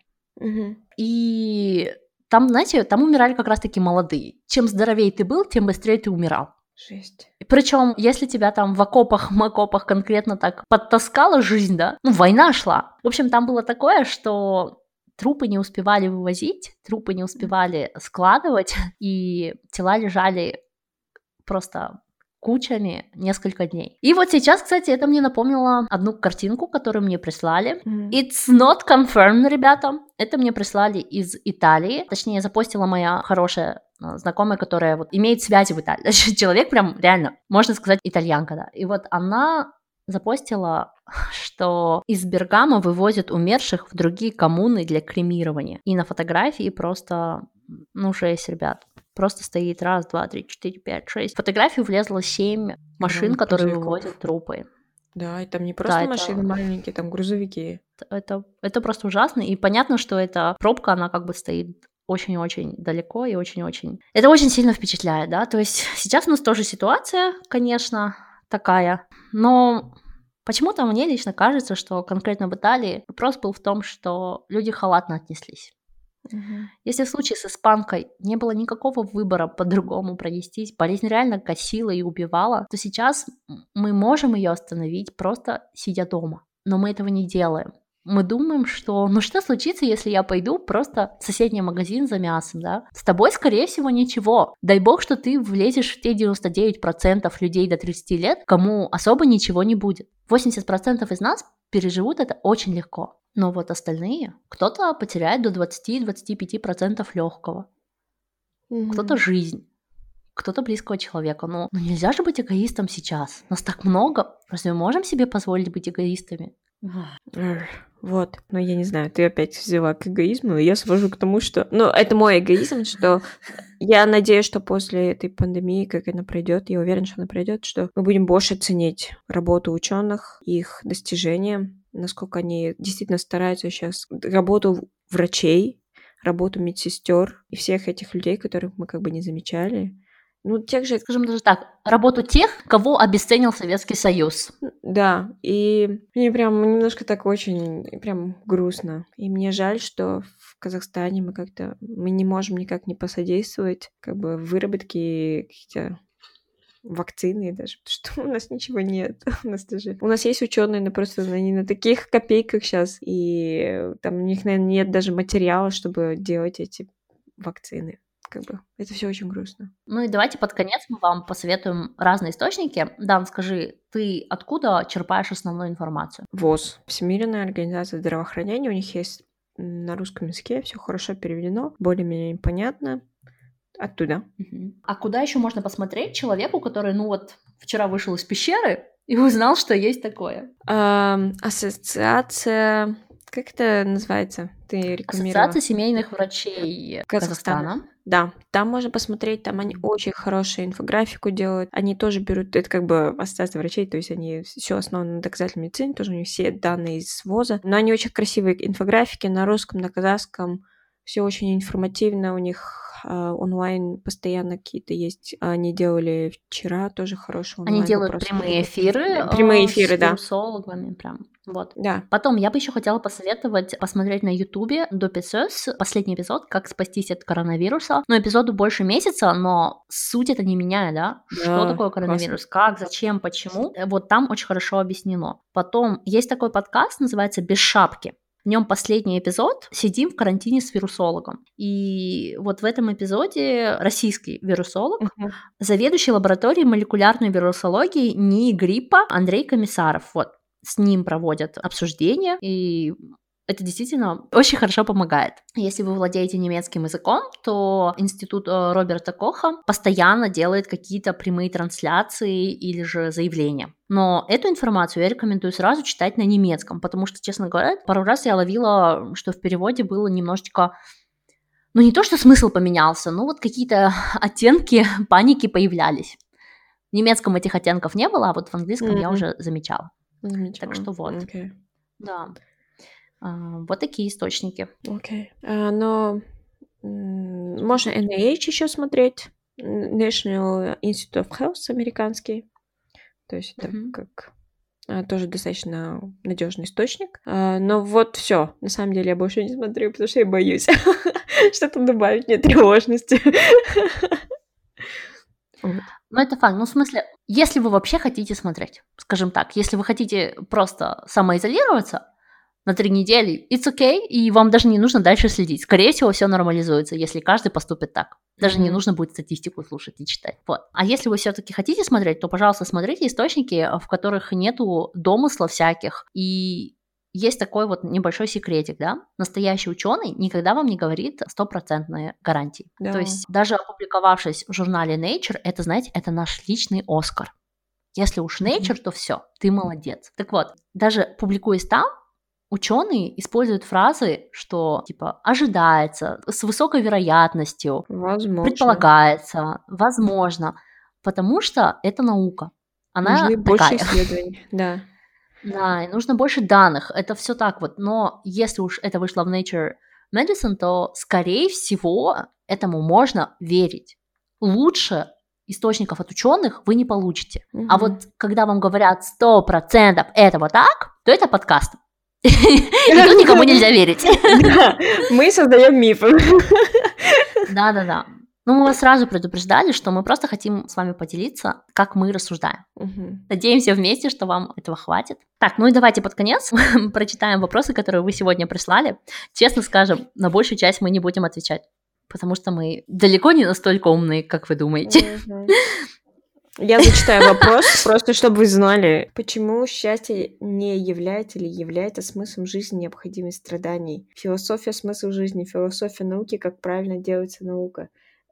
И там, знаете, там умирали как раз-таки молодые. Чем здоровее ты был, тем быстрее ты умирал. Жесть. Причем, если тебя там в окопах конкретно так подтаскала жизнь, да, война шла. В общем, там было такое, что трупы не успевали вывозить, трупы не успевали складывать, и тела лежали просто кучами несколько дней. И вот сейчас, кстати, это мне напомнило одну картинку, которую мне прислали. It's not confirmed, ребята. Это мне прислали из Италии. Точнее, запостила моя хорошая знакомая, которая вот имеет связи в Италии. Человек прям реально, можно сказать, итальянка, да. И вот она запостила, что из Бергамо вывозят умерших в другие коммуны для кремирования. И на фотографии просто, жесть, ребят. Просто стоит 1, 2, 3, 4, 5, 6. В фотографию влезло 7 машин, которые вывозят трупы. Да, и там не просто машины маленькие, там грузовики. Это просто ужасно. И понятно, что эта пробка, она как бы стоит очень-очень далеко и очень-очень... Это очень сильно впечатляет, да? То есть сейчас у нас тоже ситуация, конечно, такая, но почему-то мне лично кажется, что конкретно в Италии вопрос был в том, что люди халатно отнеслись. Если в случае с испанкой не было никакого выбора по-другому пронестись, болезнь реально косила и убивала, то сейчас мы можем ее остановить, просто сидя дома. Но мы этого не делаем. Мы думаем, что что случится, если я пойду просто в соседний магазин за мясом, да? С тобой, скорее всего, ничего. Дай бог, что ты влезешь в те 99% людей до 30 лет, кому особо ничего не будет. 80% из нас переживут это очень легко. Но вот остальные, кто-то потеряет до 20-25% легкого, кто-то жизнь, кто-то близкого человека. Но нельзя же быть эгоистом сейчас. Нас так много. Разве мы можем себе позволить быть эгоистами? Вот, но я не знаю, ты опять взяла к эгоизму, и я свожу к тому, что... это мой эгоизм, что я надеюсь, что после этой пандемии, как она пройдет, я уверена, что она пройдет, что мы будем больше ценить работу ученых, их достижения, насколько они действительно стараются сейчас, работу врачей, работу медсестер и всех этих людей, которых мы как бы не замечали. Тех же... Скажем даже так, работу тех, кого обесценил Советский Союз. Да, и мне прям немножко так очень прям грустно. И мне жаль, что в Казахстане мы не можем никак не посодействовать как бы в выработке каких-то вакцины даже, потому что у нас ничего нет. У нас есть ученые, но просто они на таких копейках сейчас, и там у них, наверное, нет даже материала, чтобы делать эти вакцины. Это все очень грустно. И давайте под конец мы вам посоветуем разные источники. Дан, скажи, ты откуда черпаешь основную информацию? ВОЗ, Всемирная организация здравоохранения, у них есть на русском языке, все хорошо переведено, более-менее понятно. Оттуда. А куда еще можно посмотреть человеку, который, вчера вышел из пещеры и узнал, что есть такое? Ассоциация... Как это называется? Ты рекламировала? Ассоциация семейных врачей Казахстана. Да, там можно посмотреть, там они очень хорошую инфографику делают. Они тоже берут, это как бы ассоциация врачей, то есть они все основано на доказательной медицине, тоже у них все данные из ВОЗа. Но они очень красивые инфографики на русском, на казахском. Все очень информативно, у них онлайн постоянно какие-то есть. Они делали вчера тоже хорошие онлайн. Они делают прямые эфиры. Прямые эфиры, да. С вирусологами прям. Вот. Да. Потом я бы еще хотела посоветовать посмотреть на Ютубе Дописос, последний эпизод, как спастись от коронавируса. Эпизоду больше месяца, но суть это не меняет, да? Что такое коронавирус, как, зачем, почему. Вот там очень хорошо объяснено. Потом есть такой подкаст, называется «Без шапки». В нем последний эпизод «Сидим в карантине с вирусологом». И вот в этом эпизоде российский вирусолог, заведующий лабораторией молекулярной вирусологии НИИ гриппа Андрей Комиссаров. Вот с ним проводят обсуждения, и Это действительно очень хорошо помогает. Если вы владеете немецким языком, то институт Роберта Коха постоянно делает какие-то прямые трансляции или же заявления. Но эту информацию я рекомендую сразу читать на немецком, потому что, честно говоря, пару раз я ловила, что в переводе было немножечко... Ну, не то, что смысл поменялся, но вот какие-то оттенки паники появлялись. В немецком этих оттенков не было, а вот в английском я уже замечала. Так что вот. Okay. Да. Вот такие источники. Окей. Но можно NIH еще смотреть. National Institute of Health американский. То есть это как тоже достаточно надежный источник. Но вот все. На самом деле я больше не смотрю, потому что я боюсь что-то добавить мне тревожности. Ну, это факт. Ну, в смысле, если вы вообще хотите смотреть, скажем так, если вы хотите просто самоизолироваться на 3 недели, it's okay, и вам даже не нужно дальше следить. Скорее всего, все нормализуется, если каждый поступит так. Даже не нужно будет статистику слушать и читать. Вот. А если вы все-таки хотите смотреть, то, пожалуйста, смотрите источники, в которых нету домысла всяких. И есть такой вот небольшой секретик, да? Настоящий ученый никогда вам не говорит 100% гарантии. Да. То есть даже опубликовавшись в журнале Nature, это, знаете, это наш личный Оскар. Если уж Nature, то все, ты молодец. Так вот, даже публикуясь там, ученые используют фразы, что типа ожидается, с высокой вероятностью, возможно, предполагается, возможно, потому что это наука. Она нужны такая. больше исследований, да. Да, и нужно больше данных, это все так вот, но если уж это вышло в Nature Medicine, то, скорее всего, этому можно верить. Лучше источников от ученых вы не получите. А вот когда вам говорят 100% этого так, то это подкаст. И тут никому нельзя верить. Мы создаем мифы. Да. Ну, мы вас сразу предупреждали, что мы просто хотим с вами поделиться, как мы рассуждаем. Надеемся вместе, что вам этого хватит. Так, ну и давайте под конец прочитаем вопросы, которые вы сегодня прислали. Честно скажем, на большую часть мы не будем отвечать, потому что мы далеко не настолько умные, как вы думаете. Я зачитаю вопрос, просто чтобы вы знали, почему счастье не является или является смыслом жизни, необходимых страданий. Философия смысла жизни, философия науки, как правильно делается наука.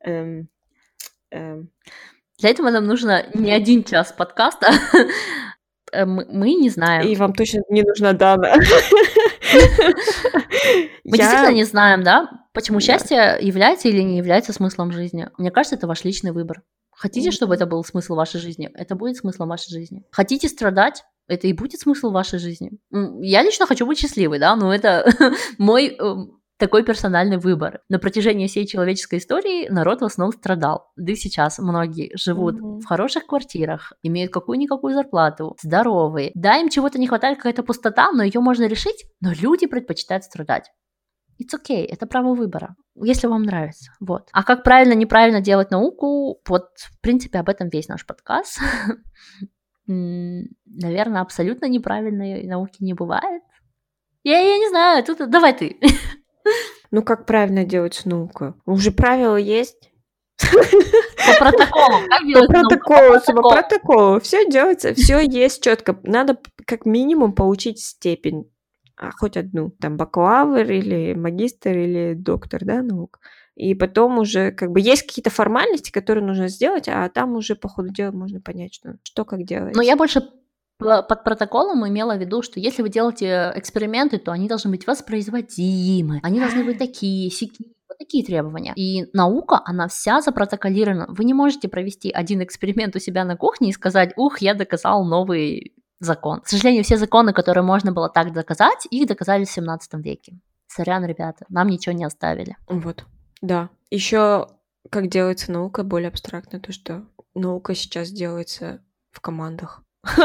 Для этого нам нужно не 1 час подкаста. Мы не знаем. И вам точно не нужна Дана. Мы действительно не знаем, да, почему счастье является или не является смыслом жизни. Мне кажется, это ваш личный выбор. Хотите, чтобы это был смысл вашей жизни? Это будет смыслом вашей жизни. Хотите страдать? Это и будет смысл вашей жизни. Я лично хочу быть счастливой, да, но это мой такой персональный выбор. На протяжении всей человеческой истории народ в основном страдал. Да и сейчас многие живут в хороших квартирах, имеют какую-никакую зарплату, здоровые. Да, им чего-то не хватает, какая-то пустота, но ее можно решить, но люди предпочитают страдать. It's okay, это право выбора, если вам нравится. Вот. А как правильно, неправильно делать науку, вот, в принципе, об этом весь наш подкаст. Наверное, абсолютно неправильной науки не бывает. Я не знаю, тут давай ты. Ну, как правильно делать науку? Уже правила есть. По протоколу. Как делать по протоколу. Все делается, все есть четко. Надо как минимум получить степень. Хоть одну, там, бакалавр или магистр или доктор, да, наук. И потом уже, как бы, есть какие-то формальности, которые нужно сделать, а там уже по ходу дела можно понять, что как делать. Но я больше под протоколом имела в виду, что если вы делаете эксперименты, то они должны быть воспроизводимы, они должны быть такие, сякие. Вот такие требования. И наука, она вся запротоколирована. Вы не можете провести один эксперимент у себя на кухне и сказать, я доказал новый закон. К сожалению, все законы, которые можно было так доказать, их доказали в 17 веке. Сорян, ребята, нам ничего не оставили. Вот, да. Еще как делается наука более абстрактно, то, что наука сейчас делается в командах.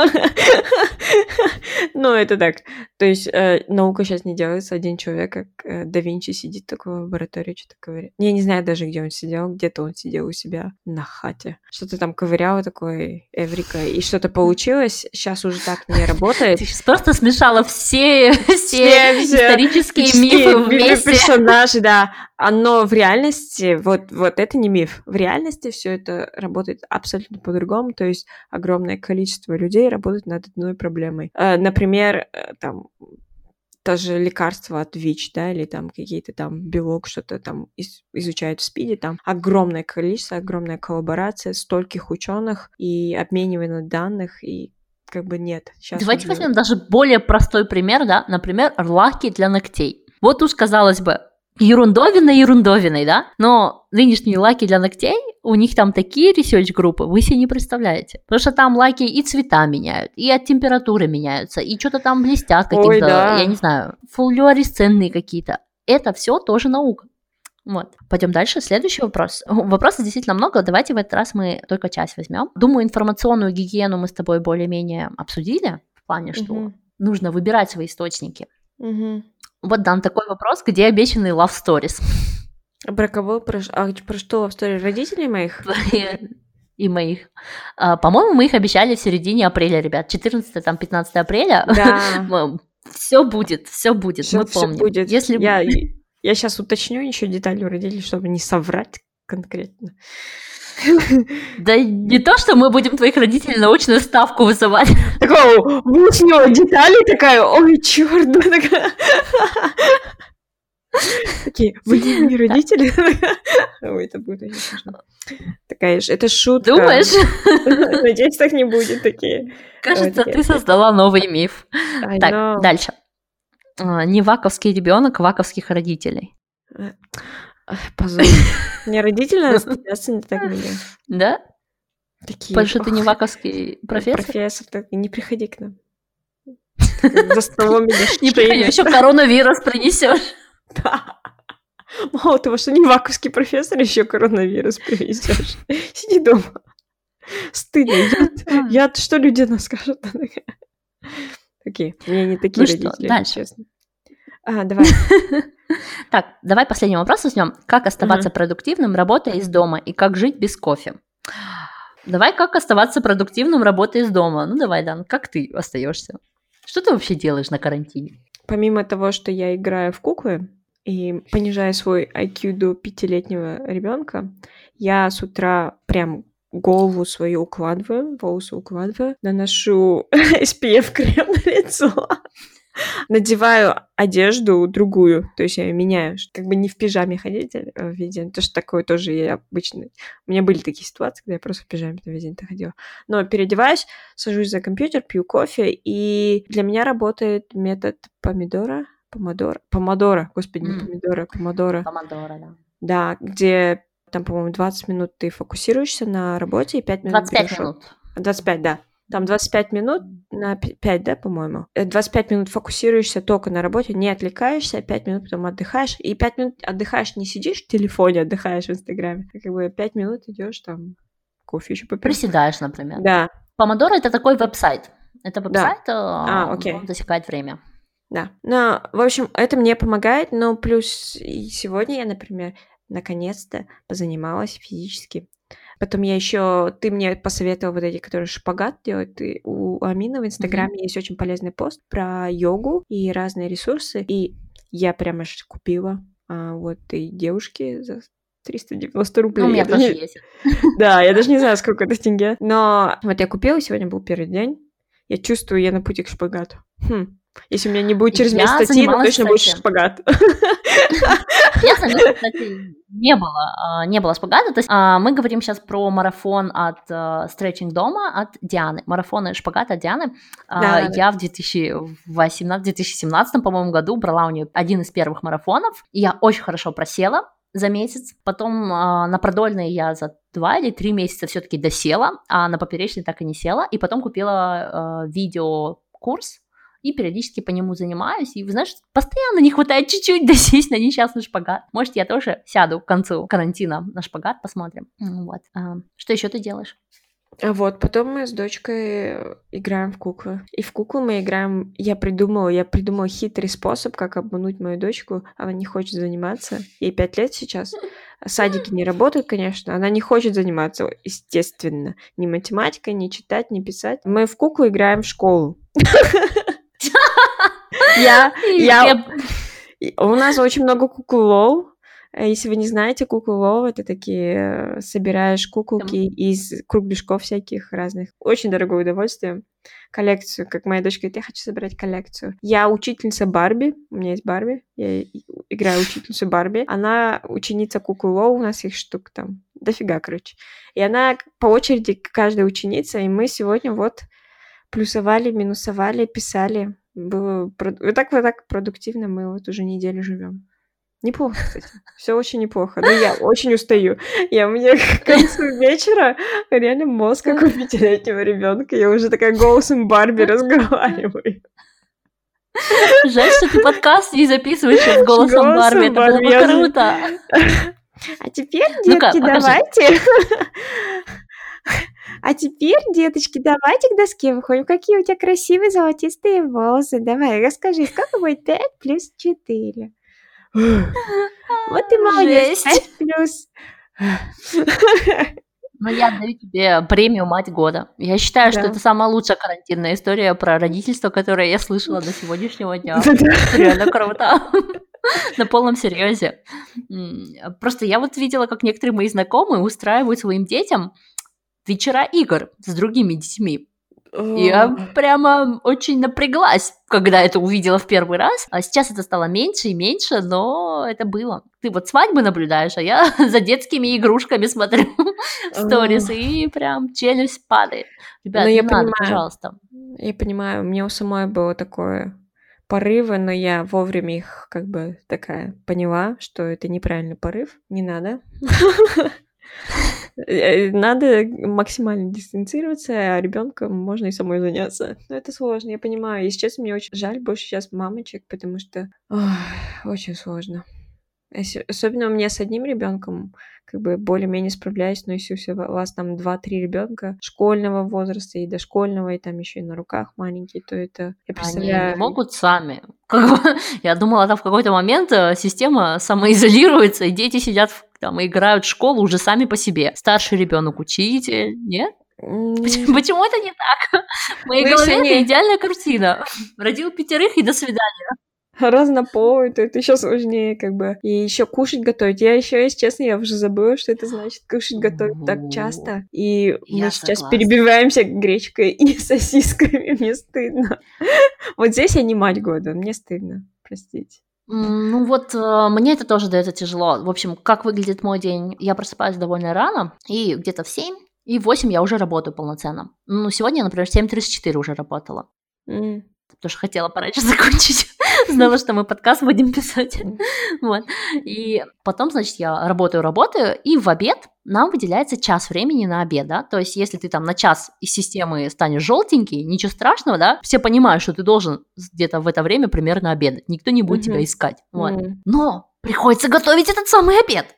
Ну, это так. То есть наука сейчас не делается один человек, как да Винчи сидит такой в лаборатории, что-то говорит. Я не знаю даже, где он сидел. Где-то он сидел у себя на хате. Что-то там ковырял такой, эврика, и что-то получилось. Сейчас уже так не работает. Ты сейчас просто смешала все исторические мифы вместе. Персонажи, да. Но в реальности, вот это не миф. В реальности все это работает абсолютно по-другому. То есть огромное количество людей работают над одной проблемой. Например, там даже лекарства от ВИЧ, да, или там какие-то там белок, что-то там изучают в СПИДе, там огромное количество, огромная коллаборация стольких ученых и обменивание данных, и как бы нет. Сейчас Давайте уже... возьмем даже более простой пример, да, например, лаки для ногтей. Вот уж, казалось бы, ерундовиной, да, но нынешние лаки для ногтей, у них там такие ресерч-группы, вы себе не представляете. Потому что там лаки и цвета меняют, и от температуры меняются, и что-то там блестят каким-то, да. я не знаю, флуоресцентные какие-то. Это все тоже наука. Вот. Пойдем дальше. Следующий вопрос. Вопросов действительно много. Давайте в этот раз мы только часть возьмем. Думаю, информационную гигиену мы с тобой более-менее обсудили, в плане, что нужно выбирать свои источники. Вот, Дан, такой вопрос, где обещанный love stories? Про кого? Про что love story? Родителей моих? И моих. По-моему, мы их обещали в середине апреля, ребят. 14-15 апреля. Да. Все будет, мы помним. Будет. Если... Я сейчас уточню еще детали у родителей, чтобы не соврать конкретно. Да не то, что мы будем твоих родителей на очную ставку вызывать. Такого, выяснила детали, такая, ой, чёрт, такая. Такие, вы не родители? Ой, это будет очень смешно. Такая же, это шутка. Думаешь? Надеюсь, так не будет, такие. Кажется, ты создала новый миф. Так, дальше. Не ваковский ребенок ваковских родителей. Позор. Мне родители надо стыдятся не так меня. Да? Такие. Потому что ты не ваковский профессор? Профессор, так не приходи к нам. За столом не приходи, еще коронавирус принесешь. Да. Мало того, что не ваковский профессор, еще коронавирус принесешь. Сиди дома. Стыдно. Яд, что люди нас скажут? Такие. У меня не такие родители, честно. Давай. Так, давай последний вопрос возьмем. Как оставаться продуктивным, работая из дома, и как жить без кофе? Давай, как оставаться продуктивным, работая из дома? Ну, давай, Дан, как ты остаешься? Что ты вообще делаешь на карантине? Помимо того, что я играю в куклы и понижаю свой IQ до 5-летнего ребенка, я с утра прям голову свою укладываю, волосы укладываю, наношу SPF-крем на лицо, надеваю одежду другую, то есть я ее меняю, как бы не в пижаме ходить весь день, потому что такое тоже я обычно... У меня были такие ситуации, когда я просто в пижаме весь день ходила. Но переодеваюсь, сажусь за компьютер, пью кофе, и для меня работает метод помодоро, господи, не помодоро, да. Да, где там, по-моему, 20 минут ты фокусируешься на работе, и 5 минут 25 минут. 25, да. Там 25 минут на 5, да, по-моему? 25 минут фокусируешься только на работе, не отвлекаешься, 5 минут потом отдыхаешь, и 5 минут отдыхаешь, не сидишь в телефоне, отдыхаешь в Инстаграме, как бы 5 минут идешь там, кофе еще попить. Приседаешь, например. Да. Помодоро — это такой веб-сайт. Это веб-сайт, окей. Он засекает время. Да. Но, в общем, это мне помогает, но плюс и сегодня я, например, наконец-то позанималась физически. Потом ты мне посоветовал вот эти, которые шпагат делают. И у Амины в Инстаграме есть очень полезный пост про йогу и разные ресурсы. И я прямо же купила вот и девушке за 390 рублей. У меня тоже есть. Да, я даже не знаю, сколько это тенге. Но вот я купила, сегодня был первый день. Я чувствую, я на пути к шпагату. Если у меня не будет через месяц статьи, то точно будет шпагат. Я заметила, кстати, не было шпагата. То есть мы говорим сейчас про марафон от Stretching дома от Дианы. Марафон и шпагат от Дианы. Да. Я в 2017, по-моему, году брала у нее один из первых марафонов. И я очень хорошо просела за месяц. Потом на продольной я за 2 или 3 месяца все-таки досела, а на поперечной так и не села. И потом купила видеокурс. И периодически по нему занимаюсь, и, вы знаете, постоянно не хватает чуть-чуть досесть на несчастный шпагат. Может, я тоже сяду к концу карантина на шпагат, посмотрим. Вот. Что еще ты делаешь? Вот, потом мы с дочкой играем в куклы. И в куклы мы играем... Я придумала хитрый способ, как обмануть мою дочку. Она не хочет заниматься. Ей 5 лет сейчас. Садики не работают, конечно. Она не хочет заниматься, естественно. Ни математикой, ни читать, ни писать. Мы в куклу играем в школу. У нас очень много кукол. Если вы не знаете, куклы Лол — это такие, собираешь куколки из кругляшков всяких разных. Очень дорогое удовольствие. Коллекцию, как моя дочка говорит, я хочу собрать коллекцию. Я учительница Барби, у меня есть Барби, я играю учительницу Барби. Она ученица куклы Лол, у нас их штук там дофига, короче. И она по очереди, каждая ученица, и мы сегодня вот плюсовали, минусовали, писали. Было вот так продуктивно мы вот уже неделю живем. Неплохо, кстати. Все очень неплохо. Но я очень устаю. У меня к концу вечера реально мозг как у 5-летнего ребенка. Я уже такая голосом Барби разговариваю. Жаль, что ты подкаст не записываешь с голосом Барби. Это было бы круто. А теперь, детки, давайте... А теперь, деточки, давайте к доске выходим. Какие у тебя красивые золотистые волосы. Давай, расскажи, сколько будет 5 плюс 4? Вот ты молодец, 5 плюс. Ну, я даю тебе премию «Мать года». Я считаю, что это самая лучшая карантинная история про родительство, которую я слышала до сегодняшнего дня. Реально круто. На полном серьезе. Просто я вот видела, как некоторые мои знакомые устраивают своим детям вечера игр с другими детьми. Я прямо очень напряглась, когда это увидела в первый раз. А сейчас это стало меньше и меньше, но это было. Ты вот свадьбы наблюдаешь, а я за детскими игрушками смотрю сторис, и прям челюсть падает. Ребят, не надо, пожалуйста. Я понимаю, у меня у самой было такое порывы, но я вовремя их как бы такая поняла, что это неправильный порыв, не надо. Надо максимально дистанцироваться, а ребенком можно и самой заняться. Но это сложно, я понимаю. Если честно, мне очень жаль больше сейчас мамочек, потому что очень сложно. Особенно у меня с одним ребенком как бы более-менее справляюсь, но если у вас там 2-3 ребенка школьного возраста и дошкольного, и там еще и на руках маленькие, то это, я представляю... Они не могут сами. Я думала, там в какой-то момент система самоизолируется, и дети сидят там и играют в школу уже сами по себе. Старший ребенок учитель, нет? Почему это не так? В моей голове это идеальная картина. Родил 5 и до свидания. Разнополый, то это еще сложнее, как бы. И еще кушать готовить. Я еще, если честно, я уже забыла, что это значит кушать готовить так часто. И мы сейчас перебиваемся гречкой и сосисками. Мне стыдно. Вот здесь я не мать года, мне стыдно. Простите. Ну вот, мне это тоже дается тяжело. В общем, как выглядит мой день? Я просыпаюсь довольно рано, и где-то в 7 и в 8 я уже работаю полноценно. Ну, сегодня, например, в 7:34 уже работала. Потому что хотела пораньше закончить. Знала, что мы подкаст будем писать. Вот. И потом, значит, я работаю, и в обед нам выделяется час времени на обед, да? То есть, если ты там на час из системы станешь желтенький, ничего страшного, да? Все понимают, что ты должен где-то в это время примерно обедать. Никто не будет тебя искать. Вот. Но приходится готовить этот самый обед.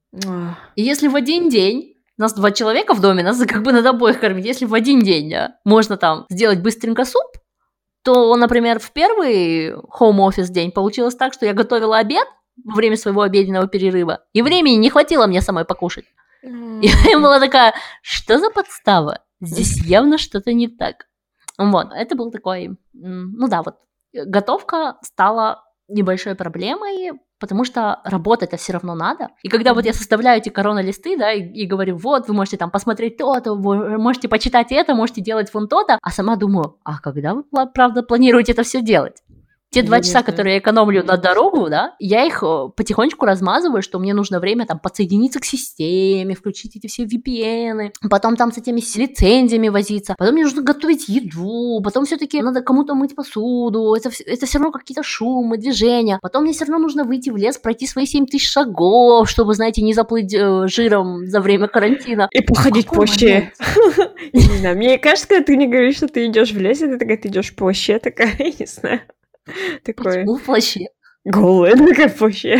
И если в один день нас 2 человека в доме, нас как бы надо обоих кормить. Если в один день можно там сделать быстренько суп, то, например, в первый home-office день получилось так, что я готовила обед во время своего обеденного перерыва, и времени не хватило мне самой покушать. И я была такая, что за подстава? Здесь явно что-то не так. Вот, это был такой, ну да, вот, готовка стала небольшой проблемой, потому что работать-то все равно надо. И когда вот я составляю эти коронолисты, да, и говорю, вот, вы можете там посмотреть то-то, вы можете почитать это, можете делать вон то-то, а сама думаю, а когда вы, правда, планируете это все делать? Те 2 часа, которые я экономлю на дорогу, да, я их потихонечку размазываю, что мне нужно время там подсоединиться к системе, включить эти все VPN, потом там с этими лицензиями возиться, потом мне нужно готовить еду, потом все-таки надо кому-то мыть посуду, это все равно какие-то шумы, движения, потом мне все равно нужно выйти в лес, пройти свои 7000 шагов, чтобы, знаете, не заплыть жиром за время карантина. И походить по вообще. Не знаю, мне кажется, когда ты не говоришь, что ты идешь в лес, ты такая, ты идешь по вообще, такая, я не знаю. Почему в плаще? Голая, такая в плаще.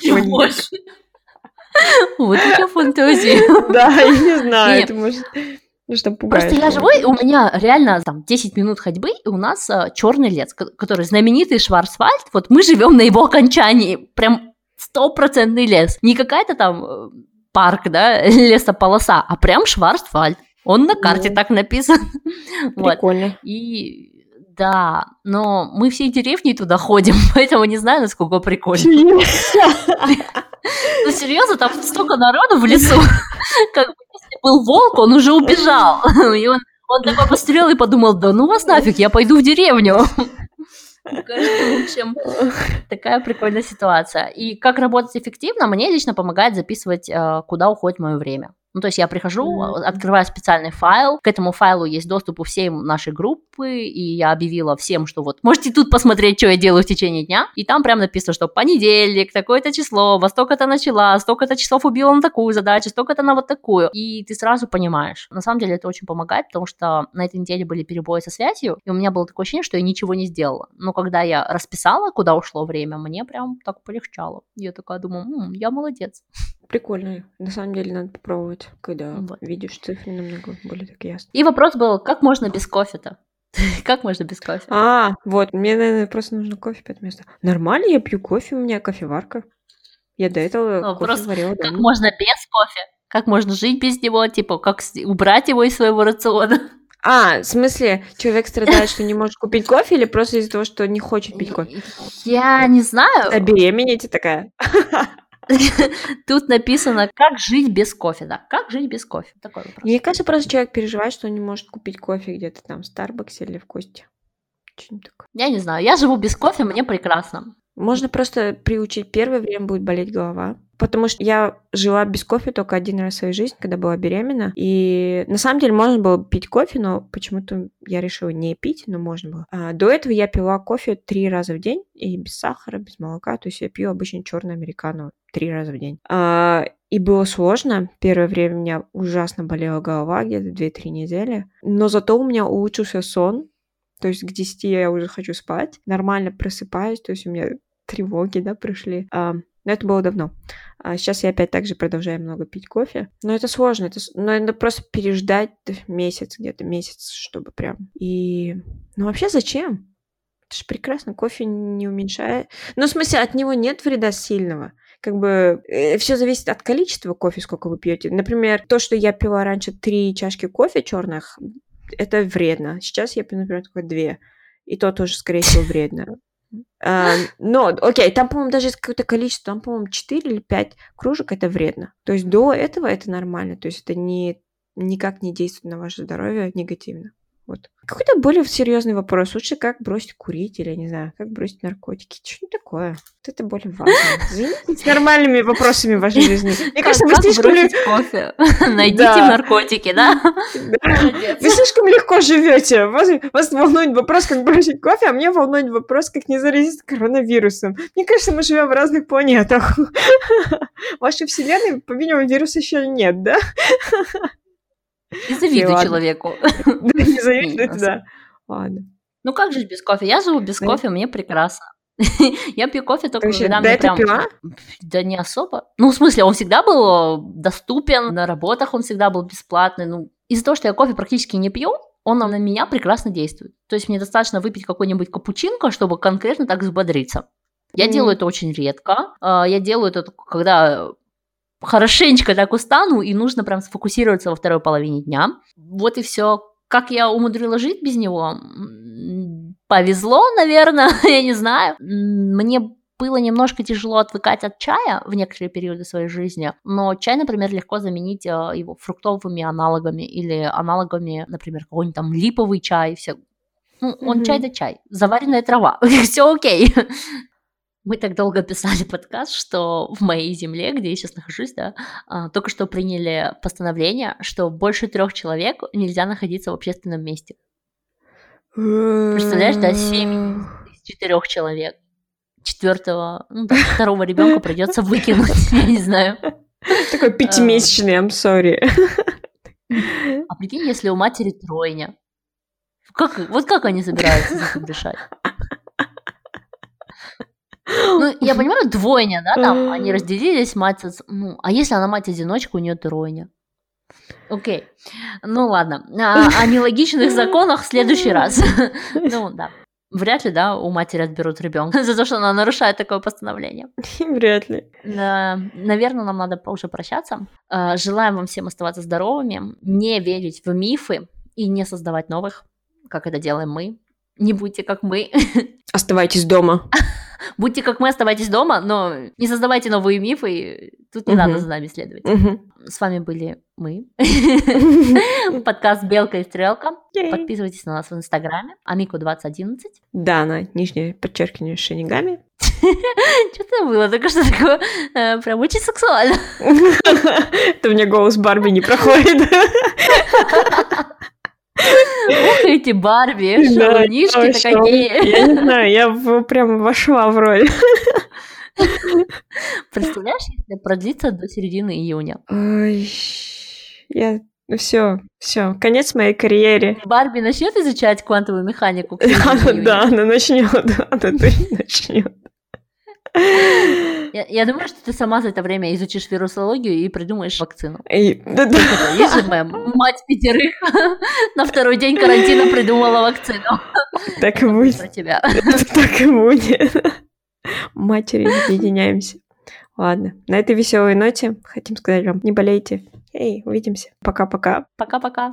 Вот у тебя фантазия. Да, я не знаю, это может... Ну, что пугает. Просто я живу, и у меня реально там 10 минут ходьбы, и у нас черный лес, который знаменитый Шварцвальд. Вот мы живем на его окончании, прям 100% лес. Не какая-то там парк, да, лесополоса, а прям Шварцвальд. Он на карте так написан. Прикольно. И Да, но мы всей деревней туда ходим, поэтому не знаю, насколько прикольно. Ну, серьезно, там столько народу в лесу. Как бы, если был волк, он уже убежал. И он такой посмотрел и подумал, да ну вас нафиг, я пойду в деревню. В общем, такая прикольная ситуация. И как работать эффективно, мне лично помогает записывать, куда уходит мое время. Ну, то есть я прихожу, открываю специальный файл, к этому файлу есть доступ у всей нашей группы, и я объявила всем, что вот можете тут посмотреть, что я делаю в течение дня, и там прям написано, что понедельник, такое-то число, во столько-то начала, столько-то часов убила на такую задачу, столько-то на вот такую, и ты сразу понимаешь. На самом деле это очень помогает, потому что на этой неделе были перебои со связью, и у меня было такое ощущение, что я ничего не сделала. Но когда я расписала, куда ушло время, мне прям так полегчало. Я такая думаю, я молодец. Прикольно. На самом деле надо попробовать, когда видишь цифры намного более так ясно. И вопрос был, как можно без кофе-то? Как можно без кофе? Вот, мне, наверное, просто нужно кофе 5 мест. Нормально, я пью кофе, у меня кофеварка. Я до этого кофе варила. Как можно без кофе? Как можно жить без него? Типа, как убрать его из своего рациона? В смысле, человек страдает, что не может купить кофе, или просто из-за того, что не хочет пить кофе? Я не знаю. Беременеть такая. Тут написано, как жить без кофе, да, как жить без кофе, такой вопрос. Мне кажется, просто человек переживает, что он не может купить кофе где-то там в Старбаксе или в Косте. Что-нибудь такое. Я не знаю, я живу без кофе, мне прекрасно. Можно просто приучить, первое время будет болеть голова. Потому что я жила без кофе только один раз в своей жизни, когда была беременна. И на самом деле можно было пить кофе, но почему-то я решила не пить, но можно было. До этого я пила кофе 3 раза в день, и без сахара, без молока. То есть я пью обычно черный американо 3 раза в день. И было сложно. Первое время у меня ужасно болела голова, где-то 2-3 недели. Но зато у меня улучшился сон. То есть к 10 я уже хочу спать. Нормально просыпаюсь, то есть у меня тревоги, пришли. Но это было давно. Сейчас я опять также продолжаю много пить кофе. Но это сложно. Надо просто переждать месяц, чтобы прям... Ну вообще зачем? Это же прекрасно. Кофе не уменьшает... Ну, в смысле, от него нет вреда сильного. Как бы все зависит от количества кофе, сколько вы пьете. Например, то, что я пила раньше 3 чашки кофе черных, это вредно. Сейчас я пью, например, только 2. И то тоже, скорее всего, вредно. Но, окей, там, по-моему, даже есть какое-то количество, там, по-моему, 4 или 5 кружек, это вредно. То есть до этого это нормально, то есть это никак не действует на ваше здоровье негативно. Вот. Какой-то более серьезный вопрос. Лучше как бросить курить или, не знаю, как бросить наркотики. Что-нибудь такое. Вот это более важно. Займитесь нормальными вопросами в вашей жизни. Мне кажется, вы слишком... кофе. Найдите наркотики, да? Вы слишком легко живете. Вас волнует вопрос, как бросить кофе, а мне волнует вопрос, как не заразиться коронавирусом. Мне кажется, мы живем в разных планетах. В вашей вселенной, по-видимому, вируса еще нет, да? Не завидуй человеку. Да, не завидуйте, да. Ладно. Ну как жить без кофе? Я живу без кофе, мне прекрасно. Я пью кофе только когда мне прям... Да не особо. Ну, в смысле, он всегда был доступен, на работах он всегда был бесплатный. Ну, из-за того, что я кофе практически не пью, он на меня прекрасно действует. То есть мне достаточно выпить какой-нибудь капучино, чтобы конкретно так взбодриться. Я делаю это очень редко. Я делаю это, когда... хорошенечко так устану, и нужно прям сфокусироваться во второй половине дня. Вот и все. Как я умудрилась жить без него? Повезло, наверное, я не знаю. Мне было немножко тяжело отвыкать от чая в некоторые периоды своей жизни, но чай, например, легко заменить его фруктовыми аналогами или аналогами, например, какой-нибудь там липовый чай. Все. Ну, он чай да чай, заваренная трава, все окей. Мы так долго писали подкаст, что в моей земле, где я сейчас нахожусь, только что приняли постановление, что больше 3 человек нельзя находиться в общественном месте. Представляешь, 7 из 4 человек. 2-го ребенка придется выкинуть, я не знаю. Такой 5-месячный, I'm sorry. А прикинь, если у матери 3. Вот как они собираются с этим решать? Ну, я понимаю, 2, да, там, они разделились, мать... Ну, а если она мать-одиночка, у нее 2? Окей. Ну, ладно. О нелогичных законах в следующий раз. Ну, да. Вряд ли, да, у матери отберут ребенка за то, что она нарушает такое постановление. Вряд ли. Наверное, нам надо уже прощаться. Желаем вам всем оставаться здоровыми, не верить в мифы и не создавать новых, как это делаем мы. Не будьте как мы. Оставайтесь дома. Будьте как мы, оставайтесь дома, но не создавайте новые мифы. Тут не надо за нами следовать. С вами были мы. Подкаст «Белка и стрелка». Подписывайтесь на нас в Инстаграме. Амико2011. Дана, нижнее подчеркивание Шинигами. Что-то было только что такое прям очень сексуально. Это у меня голос Барби не проходит. Ух, эти Барби, шалунишки-то какие. Я не знаю, я прям вошла в роль. Представляешь, если продлится до середины июня? Ой, все, конец моей карьере. Барби начнет изучать квантовую механику? Да, она начнет, она точно начнет. Я думаю, что ты сама за это время изучишь вирусологию и придумаешь вакцину. Есть же моя мать 5 на второй день карантина придумала вакцину. Так и будет. Про тебя. Так и будет. Матери, объединяемся. Ладно, на этой веселой ноте хотим сказать вам, не болейте. Эй, увидимся. Пока-пока. Пока-пока.